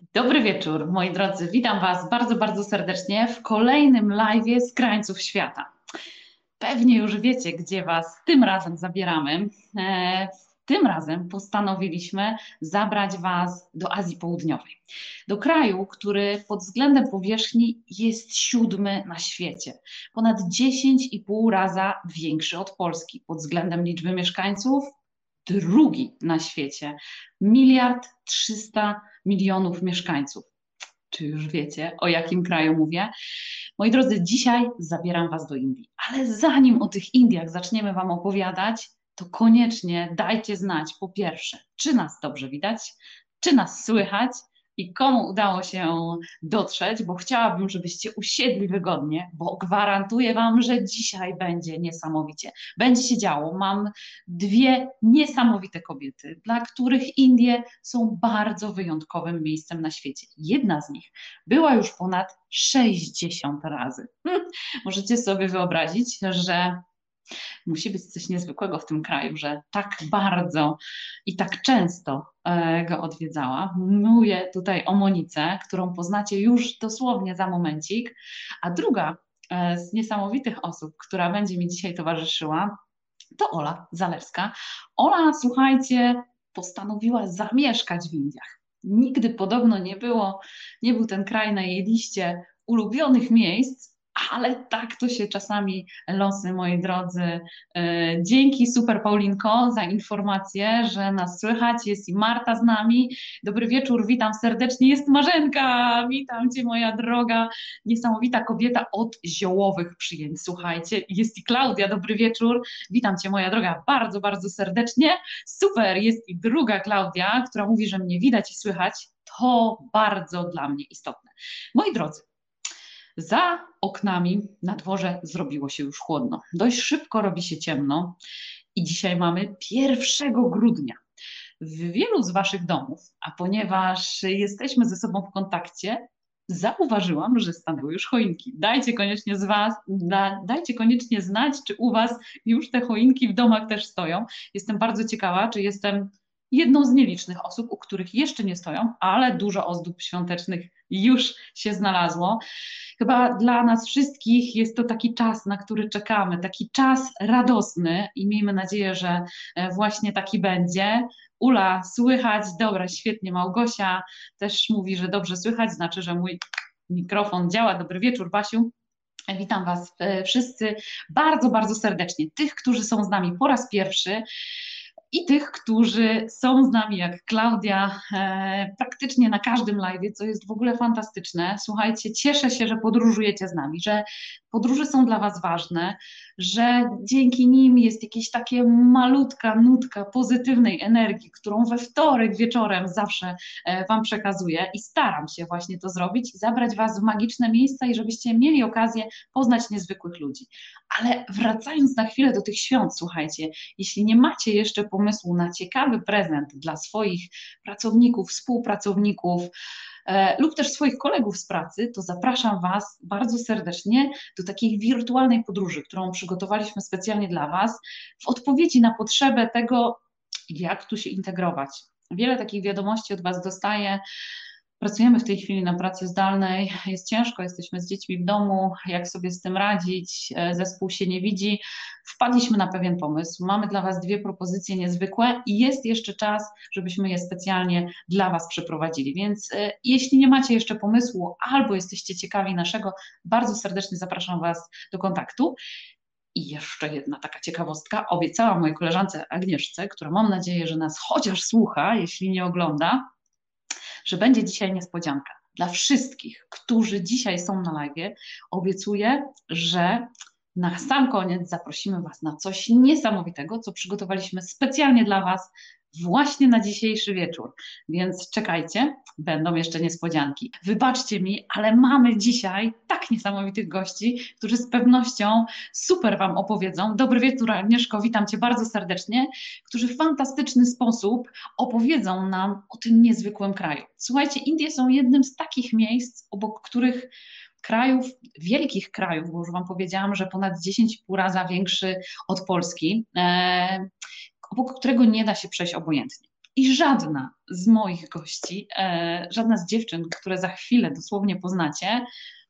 Dobry wieczór, moi drodzy. Witam Was bardzo, bardzo serdecznie w kolejnym live'ie z krańców świata. Pewnie już wiecie, gdzie Was tym razem zabieramy. Tym razem postanowiliśmy zabrać Was do Azji Południowej, do kraju, który pod względem powierzchni jest siódmy na świecie. Ponad 10,5 raza większy od Polski. Pod względem liczby mieszkańców drugi na świecie. 1,3 mld mieszkańców. Czy już wiecie, o jakim kraju mówię? Moi drodzy, dzisiaj zabieram Was do Indii. Ale zanim o tych Indiach zaczniemy Wam opowiadać, to koniecznie dajcie znać, po pierwsze, czy nas dobrze widać, czy nas słychać i komu udało się dotrzeć, bo chciałabym, żebyście usiedli wygodnie, bo gwarantuję Wam, że dzisiaj będzie niesamowicie. Będzie się działo. Mam dwie niesamowite kobiety, dla których Indie są bardzo wyjątkowym miejscem na świecie. Jedna z nich była już ponad 60 razy. Możecie sobie wyobrazić, że musi być coś niezwykłego w tym kraju, że tak bardzo i tak często go odwiedzała. Mówię tutaj o Monice, którą poznacie już dosłownie za momencik, a druga z niesamowitych osób, która będzie mi dzisiaj towarzyszyła, to Ola Zalewska. Ola, słuchajcie, postanowiła zamieszkać w Indiach. Nigdy podobno nie był ten kraj na jej liście ulubionych miejsc, ale tak to się czasami losy, moi drodzy. Dzięki super Paulinko za informację, że nas słychać. Jest i Marta z nami. Dobry wieczór, witam serdecznie. Jest Marzenka, witam Cię, moja droga, niesamowita kobieta od ziołowych przyjęć. Słuchajcie, jest i Klaudia, dobry wieczór. Witam Cię, moja droga, bardzo, bardzo serdecznie. Super, jest i druga Klaudia, która mówi, że mnie widać i słychać. To bardzo dla mnie istotne. Moi drodzy, za oknami na dworze zrobiło się już chłodno. Dość szybko robi się ciemno i dzisiaj mamy 1 grudnia. W wielu z Waszych domów, a ponieważ jesteśmy ze sobą w kontakcie, zauważyłam, że stanęły już choinki. Dajcie koniecznie znać, czy u Was już te choinki w domach też stoją. Jestem bardzo ciekawa, czy jestem jedną z nielicznych osób, u których jeszcze nie stoją, ale dużo ozdób świątecznych już się znalazło. Chyba dla nas wszystkich jest to taki czas, na który czekamy, taki czas radosny i miejmy nadzieję, że właśnie taki będzie. Ula, słychać? Dobra, świetnie. Małgosia też mówi, że dobrze słychać, znaczy, że mój mikrofon działa. Dobry wieczór, Basiu. Witam Was wszyscy bardzo, bardzo serdecznie. Tych, którzy są z nami po raz pierwszy i tych, którzy są z nami, jak Klaudia, praktycznie na każdym live, co jest w ogóle fantastyczne. Słuchajcie, cieszę się, że podróżujecie z nami, że podróże są dla Was ważne, że dzięki nim jest jakieś takie malutka nutka pozytywnej energii, którą we wtorek wieczorem zawsze Wam przekazuję i staram się właśnie to zrobić, zabrać Was w magiczne miejsca i żebyście mieli okazję poznać niezwykłych ludzi. Ale wracając na chwilę do tych świąt, słuchajcie, jeśli nie macie jeszcze pomysłu na ciekawy prezent dla swoich pracowników, współpracowników lub też swoich kolegów z pracy, to zapraszam Was bardzo serdecznie do takiej wirtualnej podróży, którą przygotowaliśmy specjalnie dla Was w odpowiedzi na potrzebę tego, jak tu się integrować. Wiele takich wiadomości od Was dostaję. Pracujemy w tej chwili na pracy zdalnej, jest ciężko, jesteśmy z dziećmi w domu, jak sobie z tym radzić, zespół się nie widzi. Wpadliśmy na pewien pomysł, mamy dla Was dwie propozycje niezwykłe i jest jeszcze czas, żebyśmy je specjalnie dla Was przeprowadzili, więc jeśli nie macie jeszcze pomysłu albo jesteście ciekawi naszego, bardzo serdecznie zapraszam Was do kontaktu. I jeszcze jedna taka ciekawostka, obiecałam mojej koleżance Agnieszce, która mam nadzieję, że nas chociaż słucha, jeśli nie ogląda, że będzie dzisiaj niespodzianka. Dla wszystkich, którzy dzisiaj są na live, obiecuję, że na sam koniec zaprosimy Was na coś niesamowitego, co przygotowaliśmy specjalnie dla Was właśnie na dzisiejszy wieczór. Więc czekajcie, będą jeszcze niespodzianki. Wybaczcie mi, ale mamy dzisiaj tak niesamowitych gości, którzy z pewnością super Wam opowiedzą. Dobry wieczór, Agnieszko, witam Cię bardzo serdecznie, którzy w fantastyczny sposób opowiedzą nam o tym niezwykłym kraju. Słuchajcie, Indie są jednym z takich miejsc, obok których krajów, wielkich krajów, bo już Wam powiedziałam, że ponad 10,5 raza większy od Polski, obok którego nie da się przejść obojętnie. I żadna z moich gości, żadna z dziewczyn, które za chwilę dosłownie poznacie,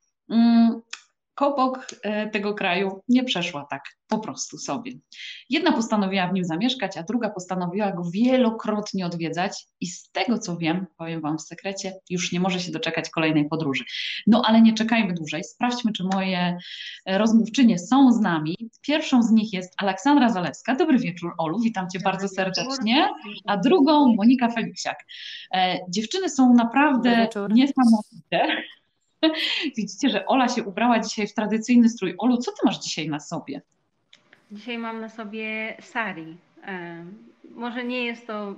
obok tego kraju nie przeszła tak po prostu sobie. Jedna postanowiła w nim zamieszkać, a druga postanowiła go wielokrotnie odwiedzać i z tego co wiem, powiem Wam w sekrecie, już nie może się doczekać kolejnej podróży. No ale nie czekajmy dłużej, sprawdźmy, czy moje rozmówczynie są z nami. Pierwszą z nich jest Aleksandra Zalewska. Dobry wieczór, Olu, witam Cię bardzo serdecznie. A drugą Monika Feliksiak. Dziewczyny są naprawdę niesamowite. Widzicie, że Ola się ubrała dzisiaj w tradycyjny strój. Olu, co ty masz dzisiaj na sobie? Dzisiaj mam na sobie sari. Może nie jest to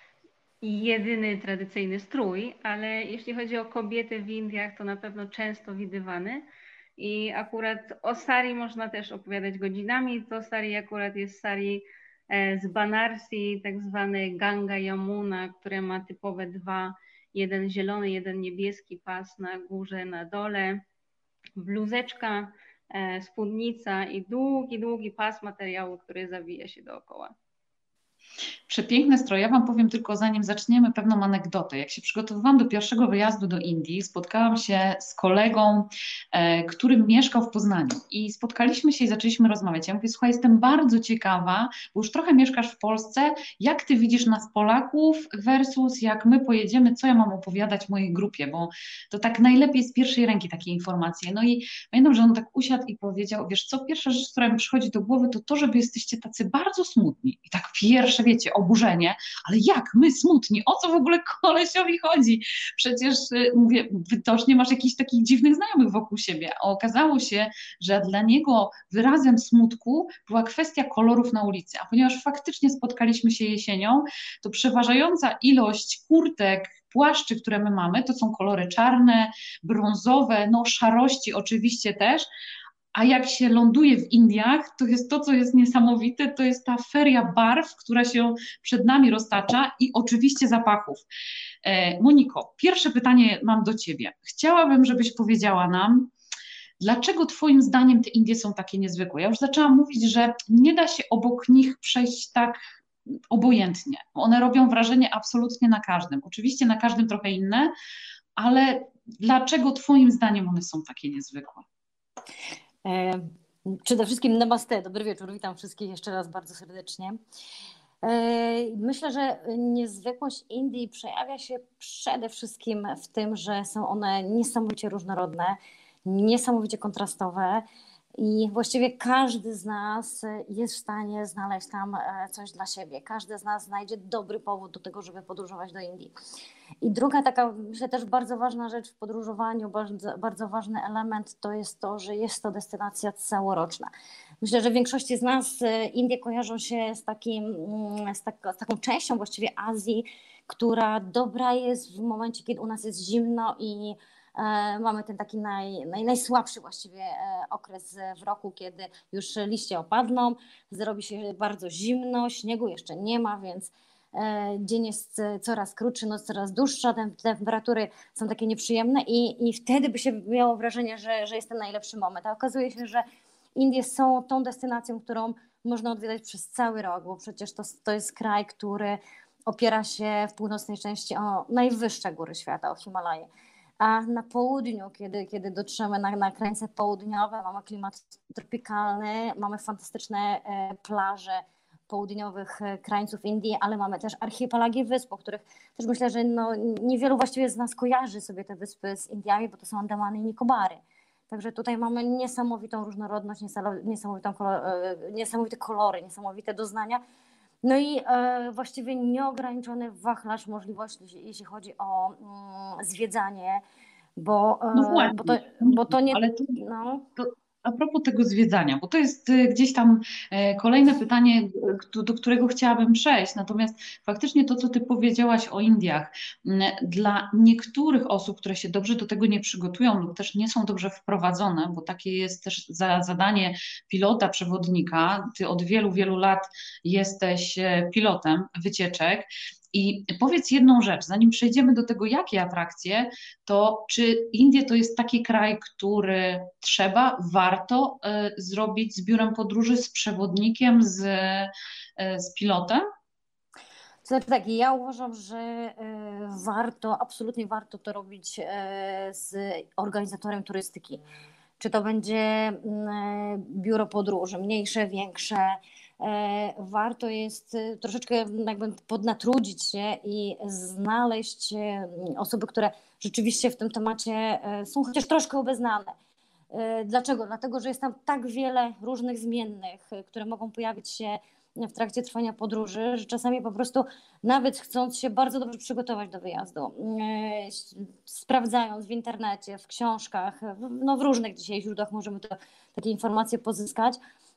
jedyny tradycyjny strój, ale jeśli chodzi o kobiety w Indiach, to na pewno często widywany. I akurat o sari można też opowiadać godzinami. To sari akurat jest sari z Banarsi, tak zwany Ganga Yamuna, które ma typowe dwa, jeden zielony, jeden niebieski pas na górze, na dole, bluzeczka, spódnica i długi, długi pas materiału, który zawija się dookoła. Przepiękne stroje. Ja Wam powiem tylko, zanim zaczniemy, pewną anegdotę. Jak się przygotowywałam do pierwszego wyjazdu do Indii, spotkałam się z kolegą, który mieszkał w Poznaniu i spotkaliśmy się i zaczęliśmy rozmawiać. Ja mówię, słuchaj, jestem bardzo ciekawa, bo już trochę mieszkasz w Polsce, jak Ty widzisz nas Polaków versus jak my pojedziemy, co ja mam opowiadać mojej grupie, bo to tak najlepiej z pierwszej ręki takie informacje. No i pamiętam, że on tak usiadł i powiedział, wiesz co, pierwsza rzecz, która mi przychodzi do głowy, to to, że Wy jesteście tacy bardzo smutni. I tak pierwsze, wiecie, oburzenie, ale jak my smutni? O co w ogóle kolesiowi chodzi? Przecież mówię, widocznie masz jakichś takich dziwnych znajomych wokół siebie. A okazało się, że dla niego wyrazem smutku była kwestia kolorów na ulicy. A ponieważ faktycznie spotkaliśmy się jesienią, to przeważająca ilość kurtek, płaszczy, które my mamy, to są kolory czarne, brązowe, no szarości oczywiście też. A jak się ląduje w Indiach, to jest to, co jest niesamowite, to jest ta feria barw, która się przed nami roztacza i oczywiście zapachów. Moniko, pierwsze pytanie mam do Ciebie. Chciałabym, żebyś powiedziała nam, dlaczego Twoim zdaniem te Indie są takie niezwykłe? Ja już zaczęłam mówić, że nie da się obok nich przejść tak obojętnie. One robią wrażenie absolutnie na każdym. Oczywiście na każdym trochę inne, ale dlaczego Twoim zdaniem one są takie niezwykłe? Przede wszystkim namaste, dobry wieczór, witam wszystkich jeszcze raz bardzo serdecznie. Myślę, że niezwykłość Indii przejawia się przede wszystkim w tym, że są one niesamowicie różnorodne, niesamowicie kontrastowe i właściwie każdy z nas jest w stanie znaleźć tam coś dla siebie. Każdy z nas znajdzie dobry powód do tego, żeby podróżować do Indii. I druga taka, myślę, też bardzo ważna rzecz w podróżowaniu, bardzo, bardzo ważny element to jest to, że jest to destynacja całoroczna. Myślę, że w większości z nas Indie kojarzą się z taką częścią właściwie Azji, która dobra jest w momencie, kiedy u nas jest zimno i mamy ten taki najsłabszy właściwie okres w roku, kiedy już liście opadną, zrobi się bardzo zimno, śniegu jeszcze nie ma, więc dzień jest coraz krótszy, noc coraz dłuższa, temperatury są takie nieprzyjemne i wtedy by się miało wrażenie, że jest ten najlepszy moment. A okazuje się, że Indie są tą destynacją, którą można odwiedzać przez cały rok, bo przecież to jest kraj, który opiera się w północnej części o najwyższe góry świata, o Himalaje. A na południu, kiedy dotrzemy na krańce południowe, mamy klimat tropikalny, mamy fantastyczne plaże południowych krańców Indii, ale mamy też archipelagi wysp, o których też myślę, że niewielu właściwie z nas kojarzy sobie te wyspy z Indiami, bo to są Andamany i Nikobary. Także tutaj mamy niesamowitą różnorodność, niesamowite kolory, niesamowite doznania. No i właściwie nieograniczony wachlarz możliwości, jeśli chodzi o zwiedzanie, bo to nie... Ale a propos tego zwiedzania, bo to jest gdzieś tam kolejne pytanie, do którego chciałabym przejść. Natomiast faktycznie to, co Ty powiedziałaś o Indiach, dla niektórych osób, które się dobrze do tego nie przygotują lub też nie są dobrze wprowadzone, bo takie jest też zadanie pilota, przewodnika. Ty od wielu, wielu lat jesteś pilotem wycieczek. I powiedz jedną rzecz, zanim przejdziemy do tego, jakie atrakcje, to czy Indie to jest taki kraj, który warto zrobić z biurem podróży, z przewodnikiem, z pilotem? Znaczy tak, ja uważam, że absolutnie warto to robić z organizatorem turystyki. Czy to będzie biuro podróży, mniejsze, większe. Warto jest troszeczkę jakby podnatrudzić się i znaleźć osoby, które rzeczywiście w tym temacie są chociaż troszkę obeznane. Dlaczego? Dlatego, że jest tam tak wiele różnych zmiennych, które mogą pojawić się w trakcie trwania podróży, że czasami po prostu nawet chcąc się bardzo dobrze przygotować do wyjazdu, sprawdzając w internecie, w książkach, no w różnych dzisiaj źródłach możemy takie informacje pozyskać,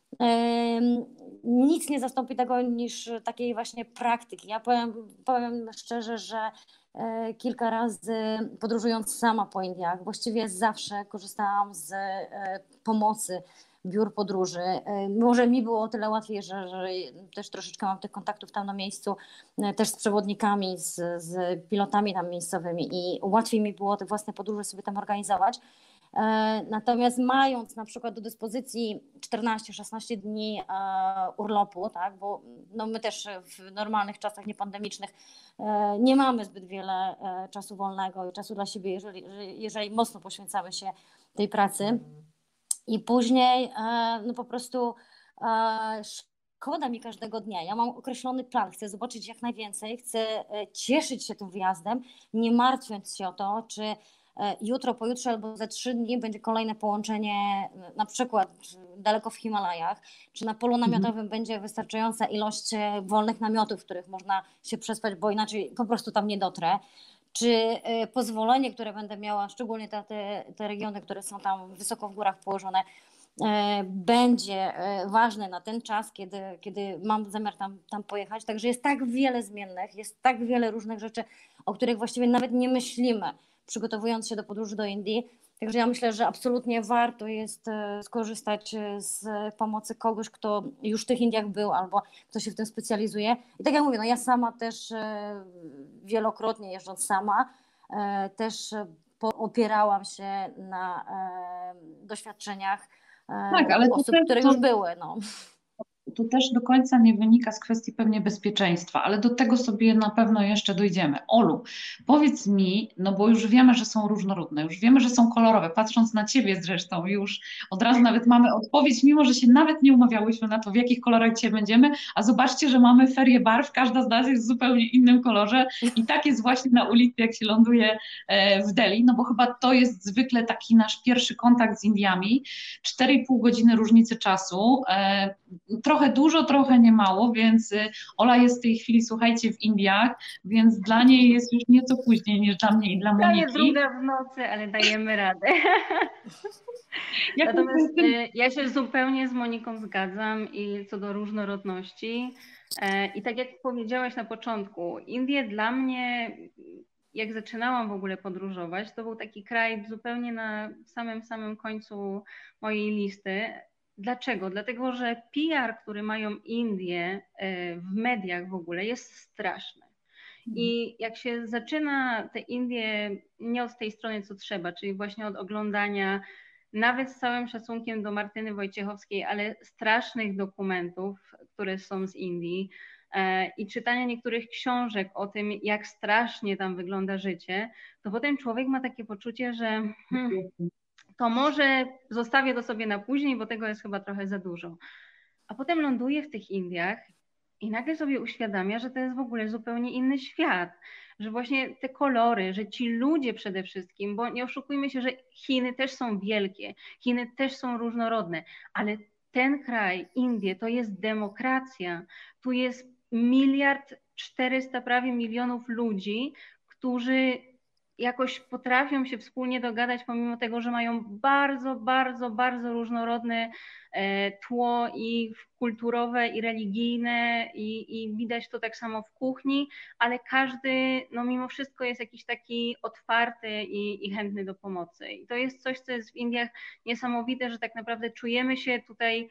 nic nie zastąpi tego niż takiej właśnie praktyki. Ja powiem szczerze, że kilka razy podróżując sama po Indiach, właściwie zawsze korzystałam z pomocy biur podróży. Może mi było o tyle łatwiej, że też troszeczkę mam tych kontaktów tam na miejscu, też z przewodnikami, z pilotami tam miejscowymi i łatwiej mi było te własne podróże sobie tam organizować. Natomiast mając na przykład do dyspozycji 14-16 dni urlopu, tak, bo no my też w normalnych czasach niepandemicznych nie mamy zbyt wiele czasu wolnego i czasu dla siebie, jeżeli mocno poświęcamy się tej pracy. I później no po prostu szkoda mi każdego dnia. Ja mam określony plan, chcę zobaczyć jak najwięcej, chcę cieszyć się tym wyjazdem, nie martwiąc się o to, czy jutro, pojutrze albo za 3 dni będzie kolejne połączenie, na przykład daleko w Himalajach, czy na polu namiotowym będzie wystarczająca ilość wolnych namiotów, w których można się przespać, bo inaczej po prostu tam nie dotrę. Czy pozwolenie, które będę miała, szczególnie te regiony, które są tam wysoko w górach położone, będzie ważne na ten czas, kiedy mam zamiar tam pojechać. Także jest tak wiele zmiennych, jest tak wiele różnych rzeczy, o których właściwie nawet nie myślimy, przygotowując się do podróży do Indii. Także ja myślę, że absolutnie warto jest skorzystać z pomocy kogoś, kto już w tych Indiach był albo kto się w tym specjalizuje. I tak jak mówię, no ja sama też wielokrotnie jeżdżąc sama też opierałam się na doświadczeniach Tak, ale osób, które już były. No. to też do końca nie wynika z kwestii pewnie bezpieczeństwa, ale do tego sobie na pewno jeszcze dojdziemy. Olu, powiedz mi, no bo już wiemy, że są różnorodne, już wiemy, że są kolorowe, patrząc na Ciebie zresztą już od razu nawet mamy odpowiedź, mimo że się nawet nie umawiałyśmy na to, w jakich kolorach dzisiaj będziemy, a zobaczcie, że mamy ferię barw, każda z nas jest w zupełnie innym kolorze i tak jest właśnie na ulicy, jak się ląduje w Delhi, no bo chyba to jest zwykle taki nasz pierwszy kontakt z Indiami, 4,5 godziny różnicy czasu, trochę dużo, trochę nie mało, więc Ola jest w tej chwili, słuchajcie, w Indiach, więc dla niej jest już nieco później niż dla mnie i dla Moniki. Prawie druga w nocy, ale dajemy radę. Natomiast ja się zupełnie z Moniką zgadzam i co do różnorodności. I tak jak powiedziałaś na początku, Indie dla mnie, jak zaczynałam w ogóle podróżować, to był taki kraj zupełnie na samym końcu mojej listy. Dlaczego? Dlatego, że PR, który mają Indie w mediach w ogóle, jest straszny. I jak się zaczyna te Indie nie od tej strony, co trzeba, czyli właśnie od oglądania, nawet z całym szacunkiem do Martyny Wojciechowskiej, ale strasznych dokumentów, które są z Indii i czytania niektórych książek o tym, jak strasznie tam wygląda życie, to potem człowiek ma takie poczucie, że to może zostawię to sobie na później, bo tego jest chyba trochę za dużo. A potem ląduje w tych Indiach i nagle sobie uświadamia, że to jest w ogóle zupełnie inny świat, że właśnie te kolory, że ci ludzie przede wszystkim, bo nie oszukujmy się, że Chiny też są wielkie, Chiny też są różnorodne, ale ten kraj, Indie, to jest demokracja, tu jest 1,4 prawie milionów ludzi, którzy jakoś potrafią się wspólnie dogadać, pomimo tego, że mają bardzo różnorodne tło i kulturowe, i religijne, i widać to tak samo w kuchni, ale każdy, no mimo wszystko jest jakiś taki otwarty i chętny do pomocy. I to jest coś, co jest w Indiach niesamowite, że tak naprawdę czujemy się tutaj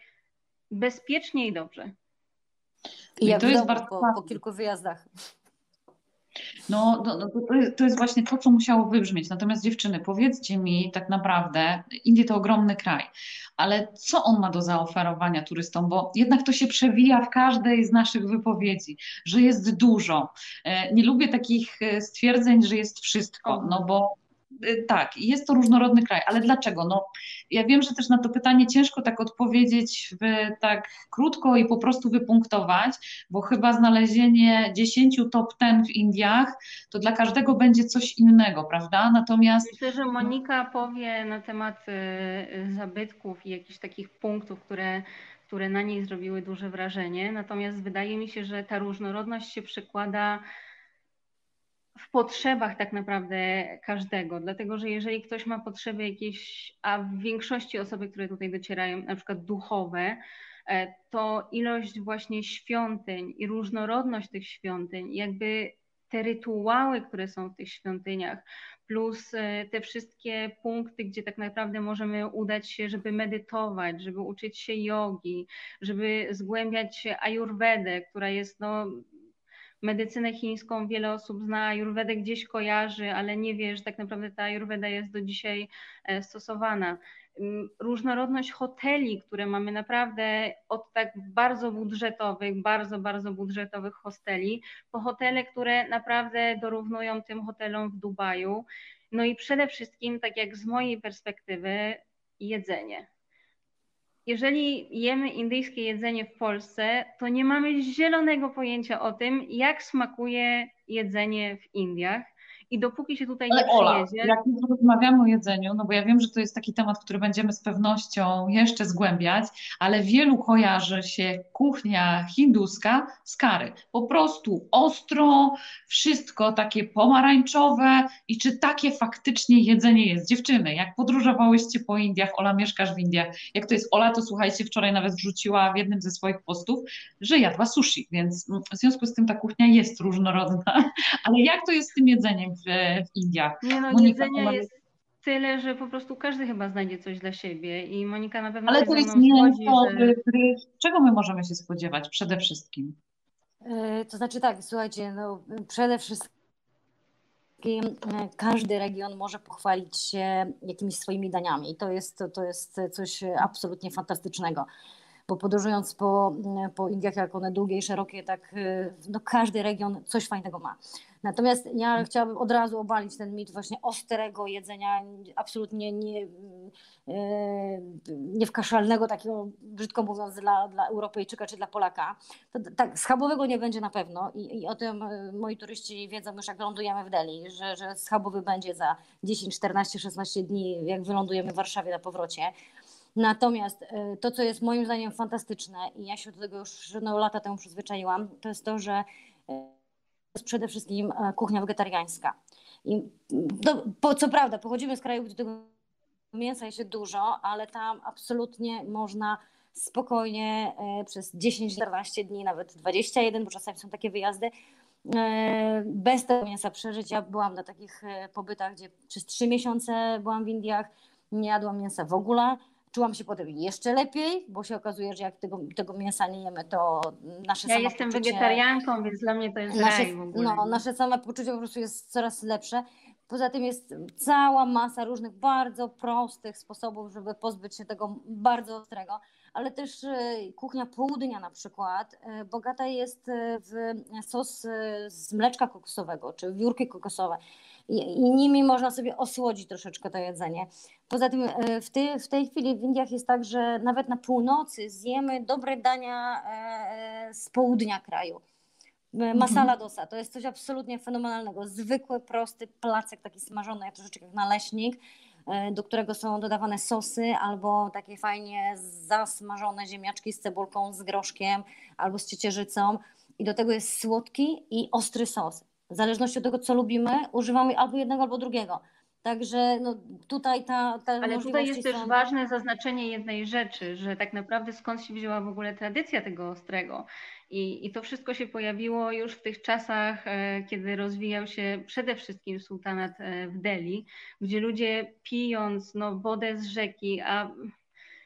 bezpiecznie i dobrze. I jak to w jest domu bardzo po kilku wyjazdach. To jest właśnie to, co musiało wybrzmieć. Natomiast dziewczyny, powiedzcie mi tak naprawdę, Indie to ogromny kraj, ale co on ma do zaoferowania turystom? Bo jednak to się przewija w każdej z naszych wypowiedzi, że jest dużo. Nie lubię takich stwierdzeń, że jest wszystko, no bo tak, jest to różnorodny kraj, ale dlaczego? No, ja wiem, że też na to pytanie ciężko tak odpowiedzieć tak krótko i po prostu wypunktować, bo chyba znalezienie 10 top 10 w Indiach to dla każdego będzie coś innego, prawda? Natomiast Myślę, że Monika powie na temat zabytków i jakichś takich punktów, które na niej zrobiły duże wrażenie. Natomiast wydaje mi się, że ta różnorodność się przekłada w potrzebach tak naprawdę każdego. Dlatego, że jeżeli ktoś ma potrzeby jakieś, a w większości osoby, które tutaj docierają, na przykład duchowe, to ilość właśnie świątyń i różnorodność tych świątyń, jakby te rytuały, które są w tych świątyniach, plus te wszystkie punkty, gdzie tak naprawdę możemy udać się, żeby medytować, żeby uczyć się jogi, żeby zgłębiać ajurwedę, która jest medycynę chińską, wiele osób zna, ajurwedę gdzieś kojarzy, ale nie wie, że tak naprawdę ta ajurweda jest do dzisiaj stosowana. Różnorodność hoteli, które mamy naprawdę od tak bardzo budżetowych, bardzo budżetowych hosteli, po hotele, które naprawdę dorównują tym hotelom w Dubaju. No i przede wszystkim, tak jak z mojej perspektywy, jedzenie. Jeżeli jemy indyjskie jedzenie w Polsce, to nie mamy zielonego pojęcia o tym, jak smakuje jedzenie w Indiach. I dopóki się tutaj nie ale Ola, przyjedzie, jak już rozmawiamy o jedzeniu, no bo ja wiem, że to jest taki temat, który będziemy z pewnością jeszcze zgłębiać, ale wielu kojarzy się kuchnia hinduska z curry. Po prostu ostro, wszystko takie pomarańczowe i czy takie faktycznie jedzenie jest? Dziewczyny, jak podróżowałyście po Indiach, Ola mieszkasz w Indiach, jak to jest Ola, to słuchajcie, wczoraj nawet wrzuciła w jednym ze swoich postów, że jadła sushi, więc w związku z tym ta kuchnia jest różnorodna. Ale jak to jest z tym jedzeniem w Indiach? nie no, Monika, jedzenia jest tyle, że po prostu każdy chyba znajdzie coś dla siebie i Monika na pewno ale się to ze jest mną zgodzi, mięso, że ryż. Czego my możemy się spodziewać przede wszystkim? To znaczy tak, słuchajcie, no przede wszystkim każdy region może pochwalić się jakimiś swoimi daniami i to jest coś absolutnie fantastycznego. Bo podróżując po Indiach, jak one długie i szerokie, tak no każdy region coś fajnego ma. Natomiast ja chciałabym od razu obalić ten mit właśnie ostrego jedzenia, absolutnie niewkaszalnego, takiego brzydko mówiąc dla Europejczyka czy dla Polaka. Tak, schabowego nie będzie na pewno i o tym moi turyści wiedzą już jak lądujemy w Delhi, że schabowy będzie za 10, 14, 16 dni, jak wylądujemy w Warszawie na powrocie. Natomiast to, co jest moim zdaniem fantastyczne i ja się do tego już lata temu przyzwyczaiłam, to jest to, że jest przede wszystkim kuchnia wegetariańska. I co prawda pochodzimy z kraju, gdzie tego mięsa jest dużo, ale tam absolutnie można spokojnie przez 10-14 dni, nawet 21, bo czasami są takie wyjazdy, bez tego mięsa przeżyć. Ja byłam na takich pobytach, gdzie przez 3 miesiące byłam w Indiach, nie jadłam mięsa w ogóle. Czułam się potem jeszcze lepiej, bo się okazuje, że jak tego mięsa nie jemy, to nasze ja samopoczucie... jestem wegetarianką, więc dla mnie to jest raj w ogóle. Nasze samopoczucie po prostu jest coraz lepsze. Poza tym jest cała masa różnych bardzo prostych sposobów, żeby pozbyć się tego bardzo ostrego, ale też kuchnia południa na przykład bogata jest w sos z mleczka kokosowego czy wiórki kokosowe i nimi można sobie osłodzić troszeczkę to jedzenie. Poza tym w tej chwili w Indiach jest tak, że nawet na północy zjemy dobre dania z południa kraju. Masala dosa to jest coś absolutnie fenomenalnego. Zwykły, prosty placek, taki smażony, troszeczkę jak naleśnik, do którego są dodawane sosy albo takie fajnie zasmażone ziemniaczki z cebulką, z groszkiem albo z ciecierzycą. I do tego jest słodki i ostry sos. W zależności od tego, co lubimy, używamy albo jednego, albo drugiego. Także no, tutaj Ale tutaj jest też są... ważne zaznaczenie jednej rzeczy, że tak naprawdę skąd się wzięła w ogóle tradycja tego ostrego. I to wszystko się pojawiło już w tych czasach, kiedy rozwijał się przede wszystkim sułtanat w Delhi, gdzie ludzie pijąc wodę z rzeki, a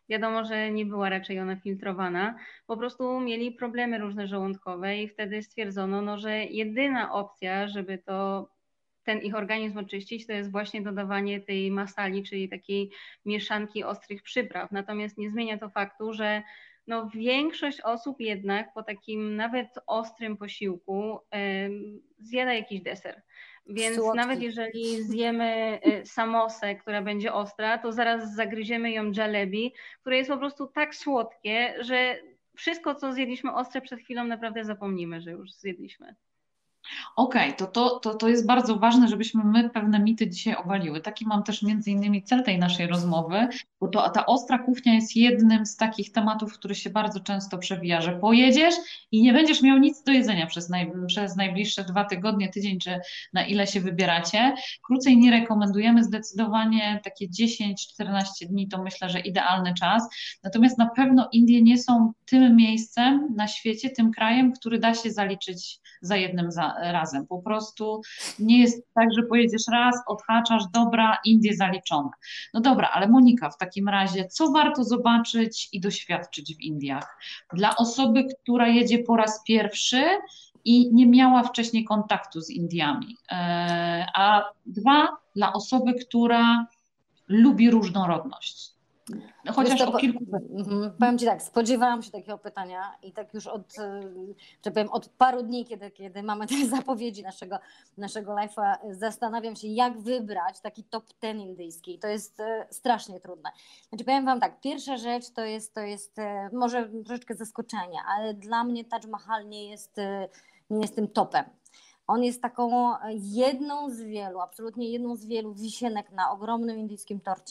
Wiadomo, że nie była raczej ona filtrowana. Po prostu mieli problemy różne żołądkowe i wtedy stwierdzono, no, że jedyna opcja, żeby ten ich organizm oczyścić, to jest właśnie dodawanie tej masali, czyli takiej mieszanki ostrych przypraw. Natomiast nie zmienia to faktu, że no, większość osób jednak po takim nawet ostrym posiłku zjada jakiś deser. Więc nawet Słodki. jeżeli zjemy samosę, która będzie ostra, to zaraz zagryziemy ją jalebi, które jest po prostu tak słodkie, że wszystko, co zjedliśmy ostre przed chwilą, naprawdę zapomnimy, że już zjedliśmy. Okej, to jest bardzo ważne, żebyśmy my pewne mity dzisiaj obaliły. Taki mam też między innymi cel tej naszej rozmowy, bo ta ostra kuchnia jest jednym z takich tematów, który się bardzo często przewija, że pojedziesz i nie będziesz miał nic do jedzenia przez najbliższe 2 tygodnie, tydzień, czy na ile się wybieracie. Krócej nie rekomendujemy, zdecydowanie takie 10-14 dni to myślę, że idealny czas. Natomiast na pewno Indie nie są tym miejscem na świecie, tym krajem, który da się zaliczyć za jednym razem. Po prostu nie jest tak, że pojedziesz raz, odhaczasz, dobra, Indie zaliczone. No dobra, ale Monika, w takim razie, co warto zobaczyć i doświadczyć w Indiach? Dla osoby, która jedzie po raz pierwszy i nie miała wcześniej kontaktu z Indiami, a dwa, dla osoby, która lubi różnorodność. Chociaż o kilku. Powiem Ci tak, spodziewałam się takiego pytania i tak już że powiem, od paru dni, kiedy mamy te zapowiedzi naszego live'a, zastanawiam się, jak wybrać taki top 10 indyjski. To jest strasznie trudne. Znaczy powiem Wam tak, pierwsza rzecz to jest może troszeczkę zaskoczenie, ale dla mnie Taj Mahal nie jest tym topem. On jest taką absolutnie jedną z wielu wisienek na ogromnym indyjskim torcie.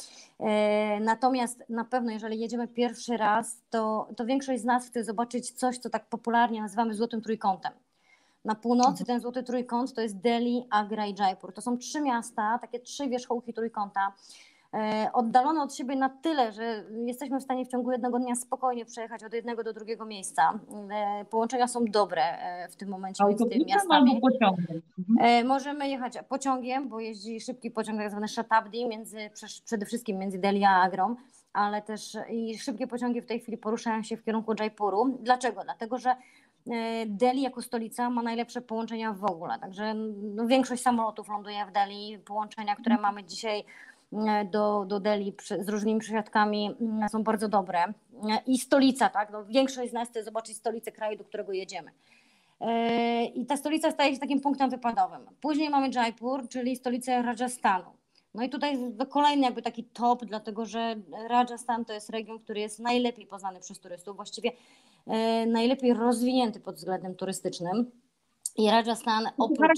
Natomiast na pewno, jeżeli jedziemy pierwszy raz, to większość z nas chce zobaczyć coś, co tak popularnie nazywamy złotym trójkątem. Na północy ten złoty trójkąt to jest Delhi, Agra i Jaipur. To są 3 miasta, takie 3 wierzchołki trójkąta, oddalone od siebie na tyle, że jesteśmy w stanie w ciągu jednego dnia spokojnie przejechać od jednego do drugiego miejsca. Połączenia są dobre w tym momencie między tymi miastami. Albo pociągiem. Możemy jechać pociągiem, bo jeździ szybki pociąg, tak zwany Shatabdi, przede wszystkim między Delhi a Agrą, ale też i szybkie pociągi w tej chwili poruszają się w kierunku Jaipuru. Dlaczego? Dlatego, że Delhi jako stolica ma najlepsze połączenia w ogóle, także większość samolotów ląduje w Delhi. Połączenia, które mamy dzisiaj do Delhi z różnymi przesiadkami są bardzo dobre. I stolica, tak? Większość z nas chce zobaczyć stolicę kraju, do którego jedziemy. I ta stolica staje się takim punktem wypadowym. Później mamy Jaipur, czyli stolicę Rajasthanu. No i tutaj kolejny jakby taki top, dlatego że Rajasthan to jest region, który jest najlepiej poznany przez turystów, właściwie najlepiej rozwinięty pod względem turystycznym. I Rajasthan oprócz...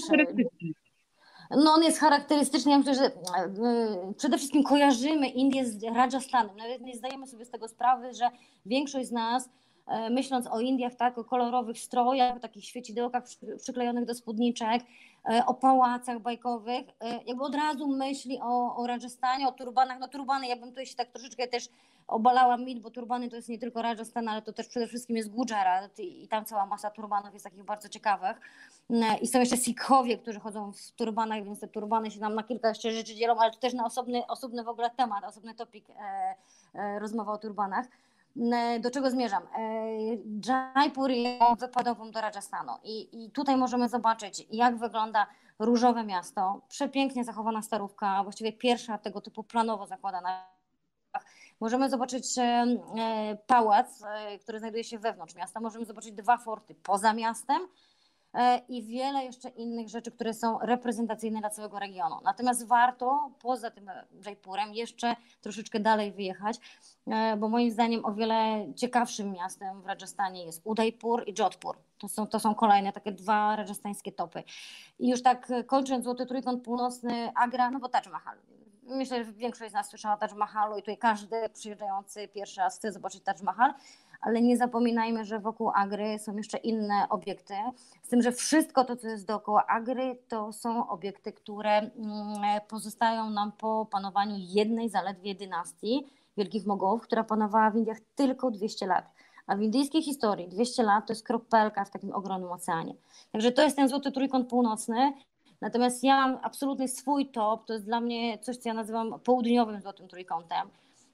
No on jest charakterystyczny, ja myślę, że przede wszystkim kojarzymy Indię z Rajasthanem. Nawet nie zdajemy sobie z tego sprawy, że większość z nas, myśląc o Indiach, tak, o kolorowych strojach, o takich świecidełkach przyklejonych do spódniczek, o pałacach bajkowych, jakby od razu myśli o Rajasthanie, o turbanach. No turbany, ja bym tutaj się tak troszeczkę też obalała mit, bo turbany to jest nie tylko Rajasthan, ale to też przede wszystkim jest Gujarat i tam cała masa turbanów jest takich bardzo ciekawych. I są jeszcze Sikhowie, którzy chodzą w turbanach, więc te turbany się nam na kilka jeszcze rzeczy dzielą, ale to też na osobny w ogóle temat, osobny topik, rozmowa o turbanach. Do czego zmierzam? Jaipur jest wypadową do Rajasthanu i tutaj możemy zobaczyć, jak wygląda różowe miasto, przepięknie zachowana starówka, właściwie pierwsza tego typu planowo zakładana. Możemy zobaczyć pałac, który znajduje się wewnątrz miasta, możemy zobaczyć 2 forty poza miastem i wiele jeszcze innych rzeczy, które są reprezentacyjne dla całego regionu. Natomiast warto poza tym Jaipurem jeszcze troszeczkę dalej wyjechać, bo moim zdaniem o wiele ciekawszym miastem w Rajasthanie jest Udaipur i Jodhpur. To są kolejne takie 2 rajasthańskie topy. I już tak kończąc złoty trójkąt północny, Agra, no bo Taj Mahal. Myślę, że większość z nas słyszała o Taj Mahalu i tutaj każdy przyjeżdżający pierwszy raz chce zobaczyć Taj Mahal, ale nie zapominajmy, że wokół Agry są jeszcze inne obiekty, z tym, że wszystko to, co jest dookoła Agry, to są obiekty, które pozostają nam po panowaniu jednej zaledwie dynastii Wielkich Mogołów, która panowała w Indiach tylko 200 lat. A w indyjskiej historii 200 lat to jest kropelka w takim ogromnym oceanie. Także to jest ten złoty trójkąt północny. Natomiast ja mam absolutnie swój top, to jest dla mnie coś, co ja nazywam południowym złotym trójkątem.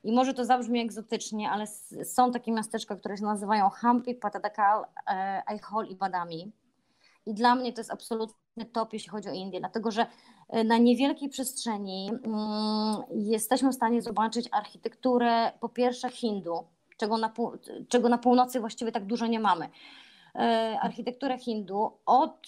I może to zabrzmi egzotycznie, ale są takie miasteczka, które się nazywają Hampi, Patadakal, Aichol i Badami. I dla mnie to jest absolutny top, jeśli chodzi o Indię, dlatego że na niewielkiej przestrzeni jesteśmy w stanie zobaczyć architekturę po pierwsze Hindu, czego na północy właściwie tak dużo nie mamy. Architekturę Hindu od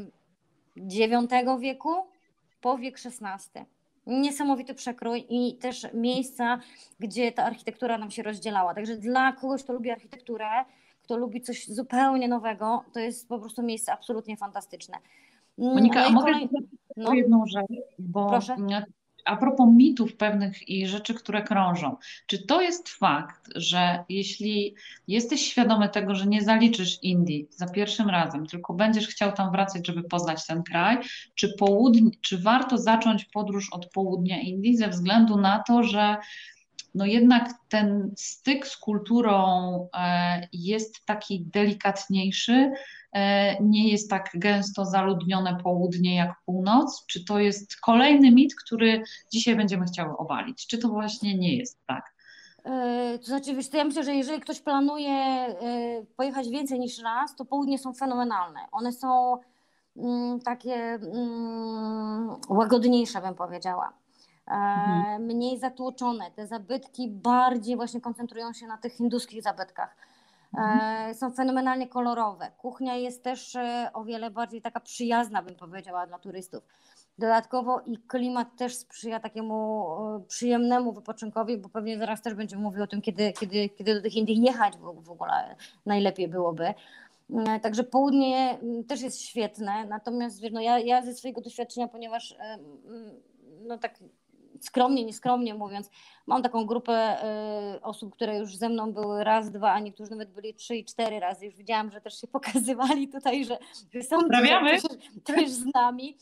IX wieku po wiek XVI. Niesamowity przekrój i też miejsca, gdzie ta architektura nam się rozdzielała. Także dla kogoś, kto lubi architekturę, kto lubi coś zupełnie nowego, to jest po prostu miejsce absolutnie fantastyczne. Monika, a mogę no, jedną rzecz, bo proszę. A propos mitów pewnych i rzeczy, które krążą. Czy to jest fakt, że jeśli jesteś świadomy tego, że nie zaliczysz Indii za pierwszym razem, tylko będziesz chciał tam wracać, żeby poznać ten kraj, czy warto zacząć podróż od południa Indii ze względu na to, że no jednak ten styk z kulturą jest taki delikatniejszy, nie jest tak gęsto zaludnione południe jak północ? Czy to jest kolejny mit, który dzisiaj będziemy chciały obalić? Czy to właśnie nie jest tak? To znaczy, wiesz, to ja myślę, że jeżeli ktoś planuje pojechać więcej niż raz, to południe są fenomenalne. One są takie łagodniejsze, bym powiedziała. Mniej zatłoczone. Te zabytki bardziej właśnie koncentrują się na tych hinduskich zabytkach. Są fenomenalnie kolorowe. Kuchnia jest też o wiele bardziej taka przyjazna, bym powiedziała, dla turystów. Dodatkowo i klimat też sprzyja takiemu przyjemnemu wypoczynkowi, bo pewnie zaraz też będziemy mówić o tym, kiedy do tych Indii jechać w ogóle najlepiej byłoby. Także południe też jest świetne, natomiast no ja ze swojego doświadczenia, ponieważ no tak skromnie, nieskromnie mówiąc, mam taką grupę osób, które już ze mną były raz, dwa, a niektórzy nawet byli 3 i 4 razy. Już widziałam, że też się pokazywali tutaj, że są też z nami.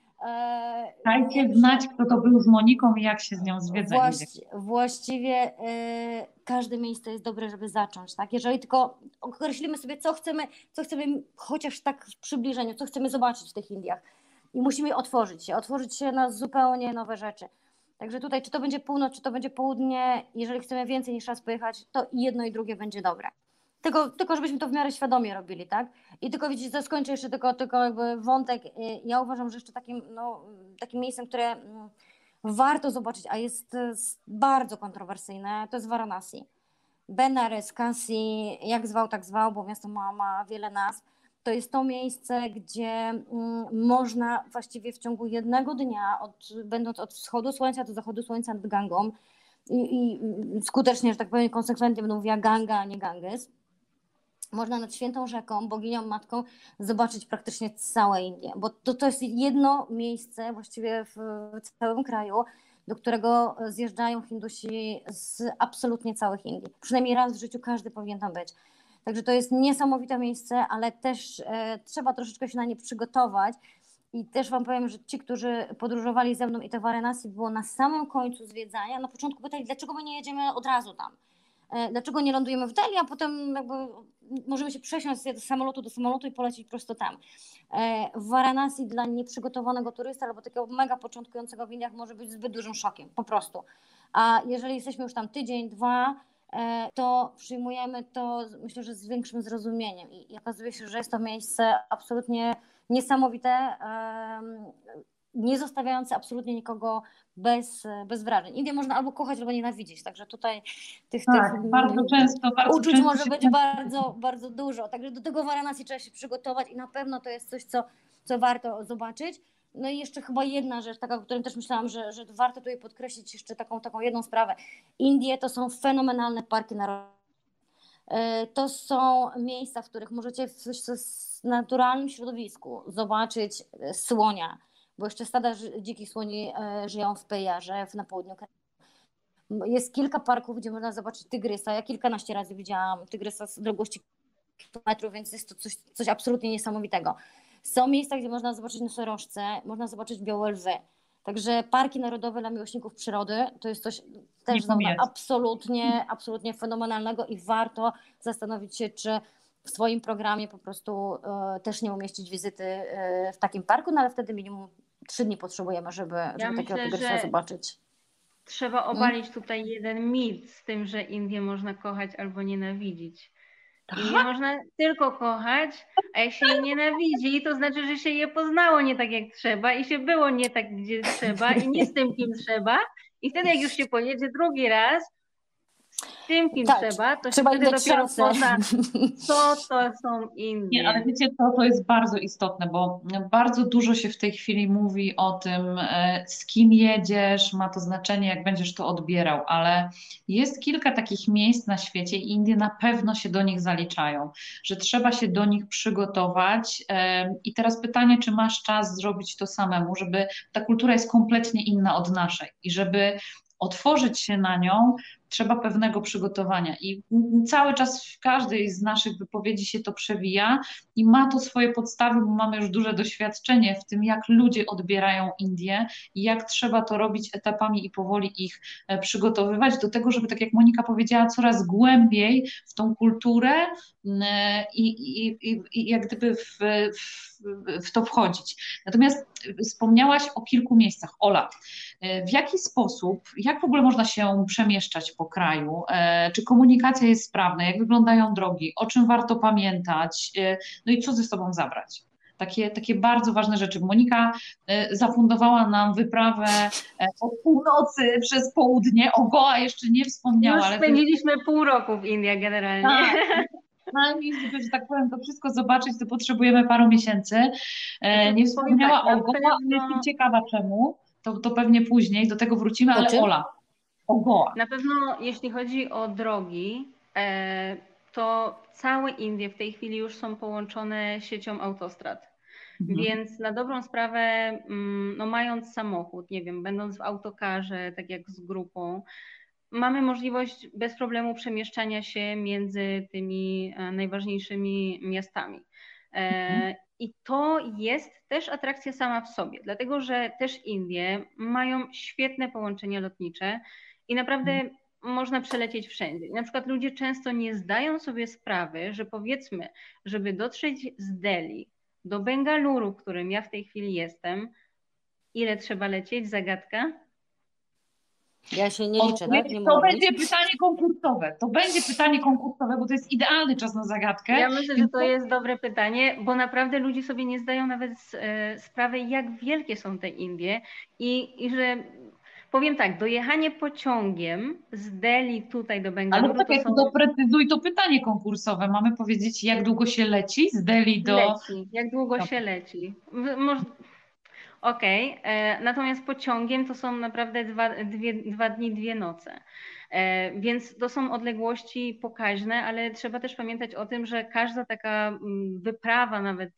Dajcie znać, kto to był z Moniką i jak się z nią zwiedza. Właściwie każde miejsce jest dobre, żeby zacząć. Tak? Jeżeli tylko określimy sobie, co chcemy chociaż tak w przybliżeniu, co chcemy zobaczyć w tych Indiach. I musimy otworzyć się na zupełnie nowe rzeczy. Także tutaj, czy to będzie północ, czy to będzie południe, jeżeli chcemy więcej niż raz pojechać, to i jedno i drugie będzie dobre. Tylko żebyśmy to w miarę świadomie robili, tak? I tylko widzicie, co skończę jeszcze tylko jakby wątek. Ja uważam, że jeszcze takim miejscem, które warto zobaczyć, a jest bardzo kontrowersyjne, to jest Varanasi. Benares, Kashi, jak zwał, tak zwał, bo miasto ma wiele nazw. To jest to miejsce, gdzie można właściwie w ciągu jednego dnia, będąc od wschodu słońca do zachodu słońca nad Gangą i skutecznie, że tak powiem, konsekwentnie będę mówiła Ganga, a nie Ganges, można nad świętą rzeką, boginią matką zobaczyć praktycznie całe Indie, bo to jest jedno miejsce właściwie w całym kraju, do którego zjeżdżają Hindusi z absolutnie całych Indii. Przynajmniej raz w życiu każdy powinien tam być. Także to jest niesamowite miejsce, ale też trzeba troszeczkę się na nie przygotować. I też Wam powiem, że ci, którzy podróżowali ze mną i te Varanasi było na samym końcu zwiedzania, na początku pytali, dlaczego my nie jedziemy od razu tam? Dlaczego nie lądujemy w Delhi, a potem jakby możemy się przesiąść z samolotu do samolotu i polecieć prosto tam. W Varanasi dla nieprzygotowanego turysty albo takiego mega początkującego w Indiach może być zbyt dużym szokiem, po prostu. A jeżeli jesteśmy już tam tydzień, 2, to przyjmujemy to, myślę, że z większym zrozumieniem i okazuje się, że jest to miejsce absolutnie niesamowite, nie zostawiające absolutnie nikogo bez wrażeń. Indię można albo kochać, albo nienawidzić, także tutaj tych bardzo często uczuć może być bardzo, bardzo dużo, także do tego Varanasi trzeba się przygotować i na pewno to jest coś, co warto zobaczyć. No i jeszcze chyba jedna rzecz, taka, o której też myślałam, że warto tutaj podkreślić jeszcze taką jedną sprawę. Indie to są fenomenalne parki narodowe. To są miejsca, w których możecie w naturalnym środowisku zobaczyć słonia, bo jeszcze stada dzikich słoni żyją w Pejarze, na południu kraju. Jest kilka parków, gdzie można zobaczyć tygrysa. Ja kilkanaście razy widziałam tygrysa z długości kilometrów, więc jest to coś absolutnie niesamowitego. Są miejsca, gdzie można zobaczyć nosorożce, można zobaczyć białe lwy. Także parki narodowe dla miłośników przyrody to jest coś też absolutnie fenomenalnego i warto zastanowić się, czy w swoim programie po prostu też nie umieścić wizyty w takim parku, no ale wtedy minimum 3 dni potrzebujemy, żeby takiego tygrysa zobaczyć. trzeba obalić tutaj jeden mit z tym, że Indię można kochać albo nienawidzić. Indię można tylko kochać, a jak się je nienawidzi, to znaczy, że się je poznało nie tak jak trzeba i się było nie tak, gdzie trzeba i nie z tym, kim trzeba. I wtedy jak już się pojedzie drugi raz z tym, kim Tak, trzeba, to się trzeba im wtedy dać dopiero szansę. pozna, co to są Nie, ale Indie. wiecie co, to jest bardzo istotne, bo bardzo dużo się w tej chwili mówi o tym, z kim jedziesz, ma to znaczenie, jak będziesz to odbierał, ale jest kilka takich miejsc na świecie i Indie na pewno się do nich zaliczają, że trzeba się do nich przygotować. I teraz pytanie, czy masz czas zrobić to samemu, żeby ta kultura jest kompletnie inna od naszej i żeby otworzyć się na nią, trzeba pewnego przygotowania. I cały czas w każdej z naszych wypowiedzi się to przewija i ma to swoje podstawy, bo mamy już duże doświadczenie w tym, jak ludzie odbierają Indię i jak trzeba to robić etapami i powoli ich przygotowywać do tego, żeby, tak jak Monika powiedziała, coraz głębiej w tą kulturę i jak gdyby w to wchodzić. Natomiast wspomniałaś o kilku miejscach. Ola, w jaki sposób, jak w ogóle można się przemieszczać po kraju? Czy komunikacja jest sprawna? Jak wyglądają drogi? O czym warto pamiętać? No i co ze sobą zabrać? Takie bardzo ważne rzeczy. Monika zafundowała nam wyprawę od północy przez południe. O Goa jeszcze nie wspomniała, Już ale spędziliśmy pół roku w Indiach generalnie. tak. Żeby, że tak powiem, to wszystko zobaczyć, to potrzebujemy paru miesięcy. Nie wspomniała tak, o Goa, ale jestem ciekawa czemu. To pewnie później, do tego wrócimy, ale Ola, o Goa. Na pewno jeśli chodzi o drogi, to całe Indie w tej chwili już są połączone siecią autostrad. Więc na dobrą sprawę, no mając samochód, nie wiem, będąc w autokarze, tak jak z grupą, mamy możliwość bez problemu przemieszczania się między tymi najważniejszymi miastami. I to jest też atrakcja sama w sobie, dlatego że też Indie mają świetne połączenia lotnicze i naprawdę można przelecieć wszędzie. I na przykład ludzie często nie zdają sobie sprawy, że powiedzmy, żeby dotrzeć z Delhi do Bengaluru, w którym ja w tej chwili jestem, ile trzeba lecieć? Zagadka? Ja się nie liczę, tak? Nie to będzie pytanie konkursowe. To będzie pytanie konkursowe, bo to jest idealny czas na zagadkę. Ja myślę, że to jest dobre pytanie, bo naprawdę ludzie sobie nie zdają nawet sprawy, jak wielkie są te Indie i że powiem tak, dojechanie pociągiem z Delhi tutaj do Bengaluru. Ale tak, doprecyzuj to pytanie konkursowe. Mamy powiedzieć, jak długo się leci z Delhi do... Leci, jak długo się leci. Okej, natomiast pociągiem to są naprawdę dwa dni, 2 noce. Więc to są odległości pokaźne, ale trzeba też pamiętać o tym, że każda taka wyprawa, nawet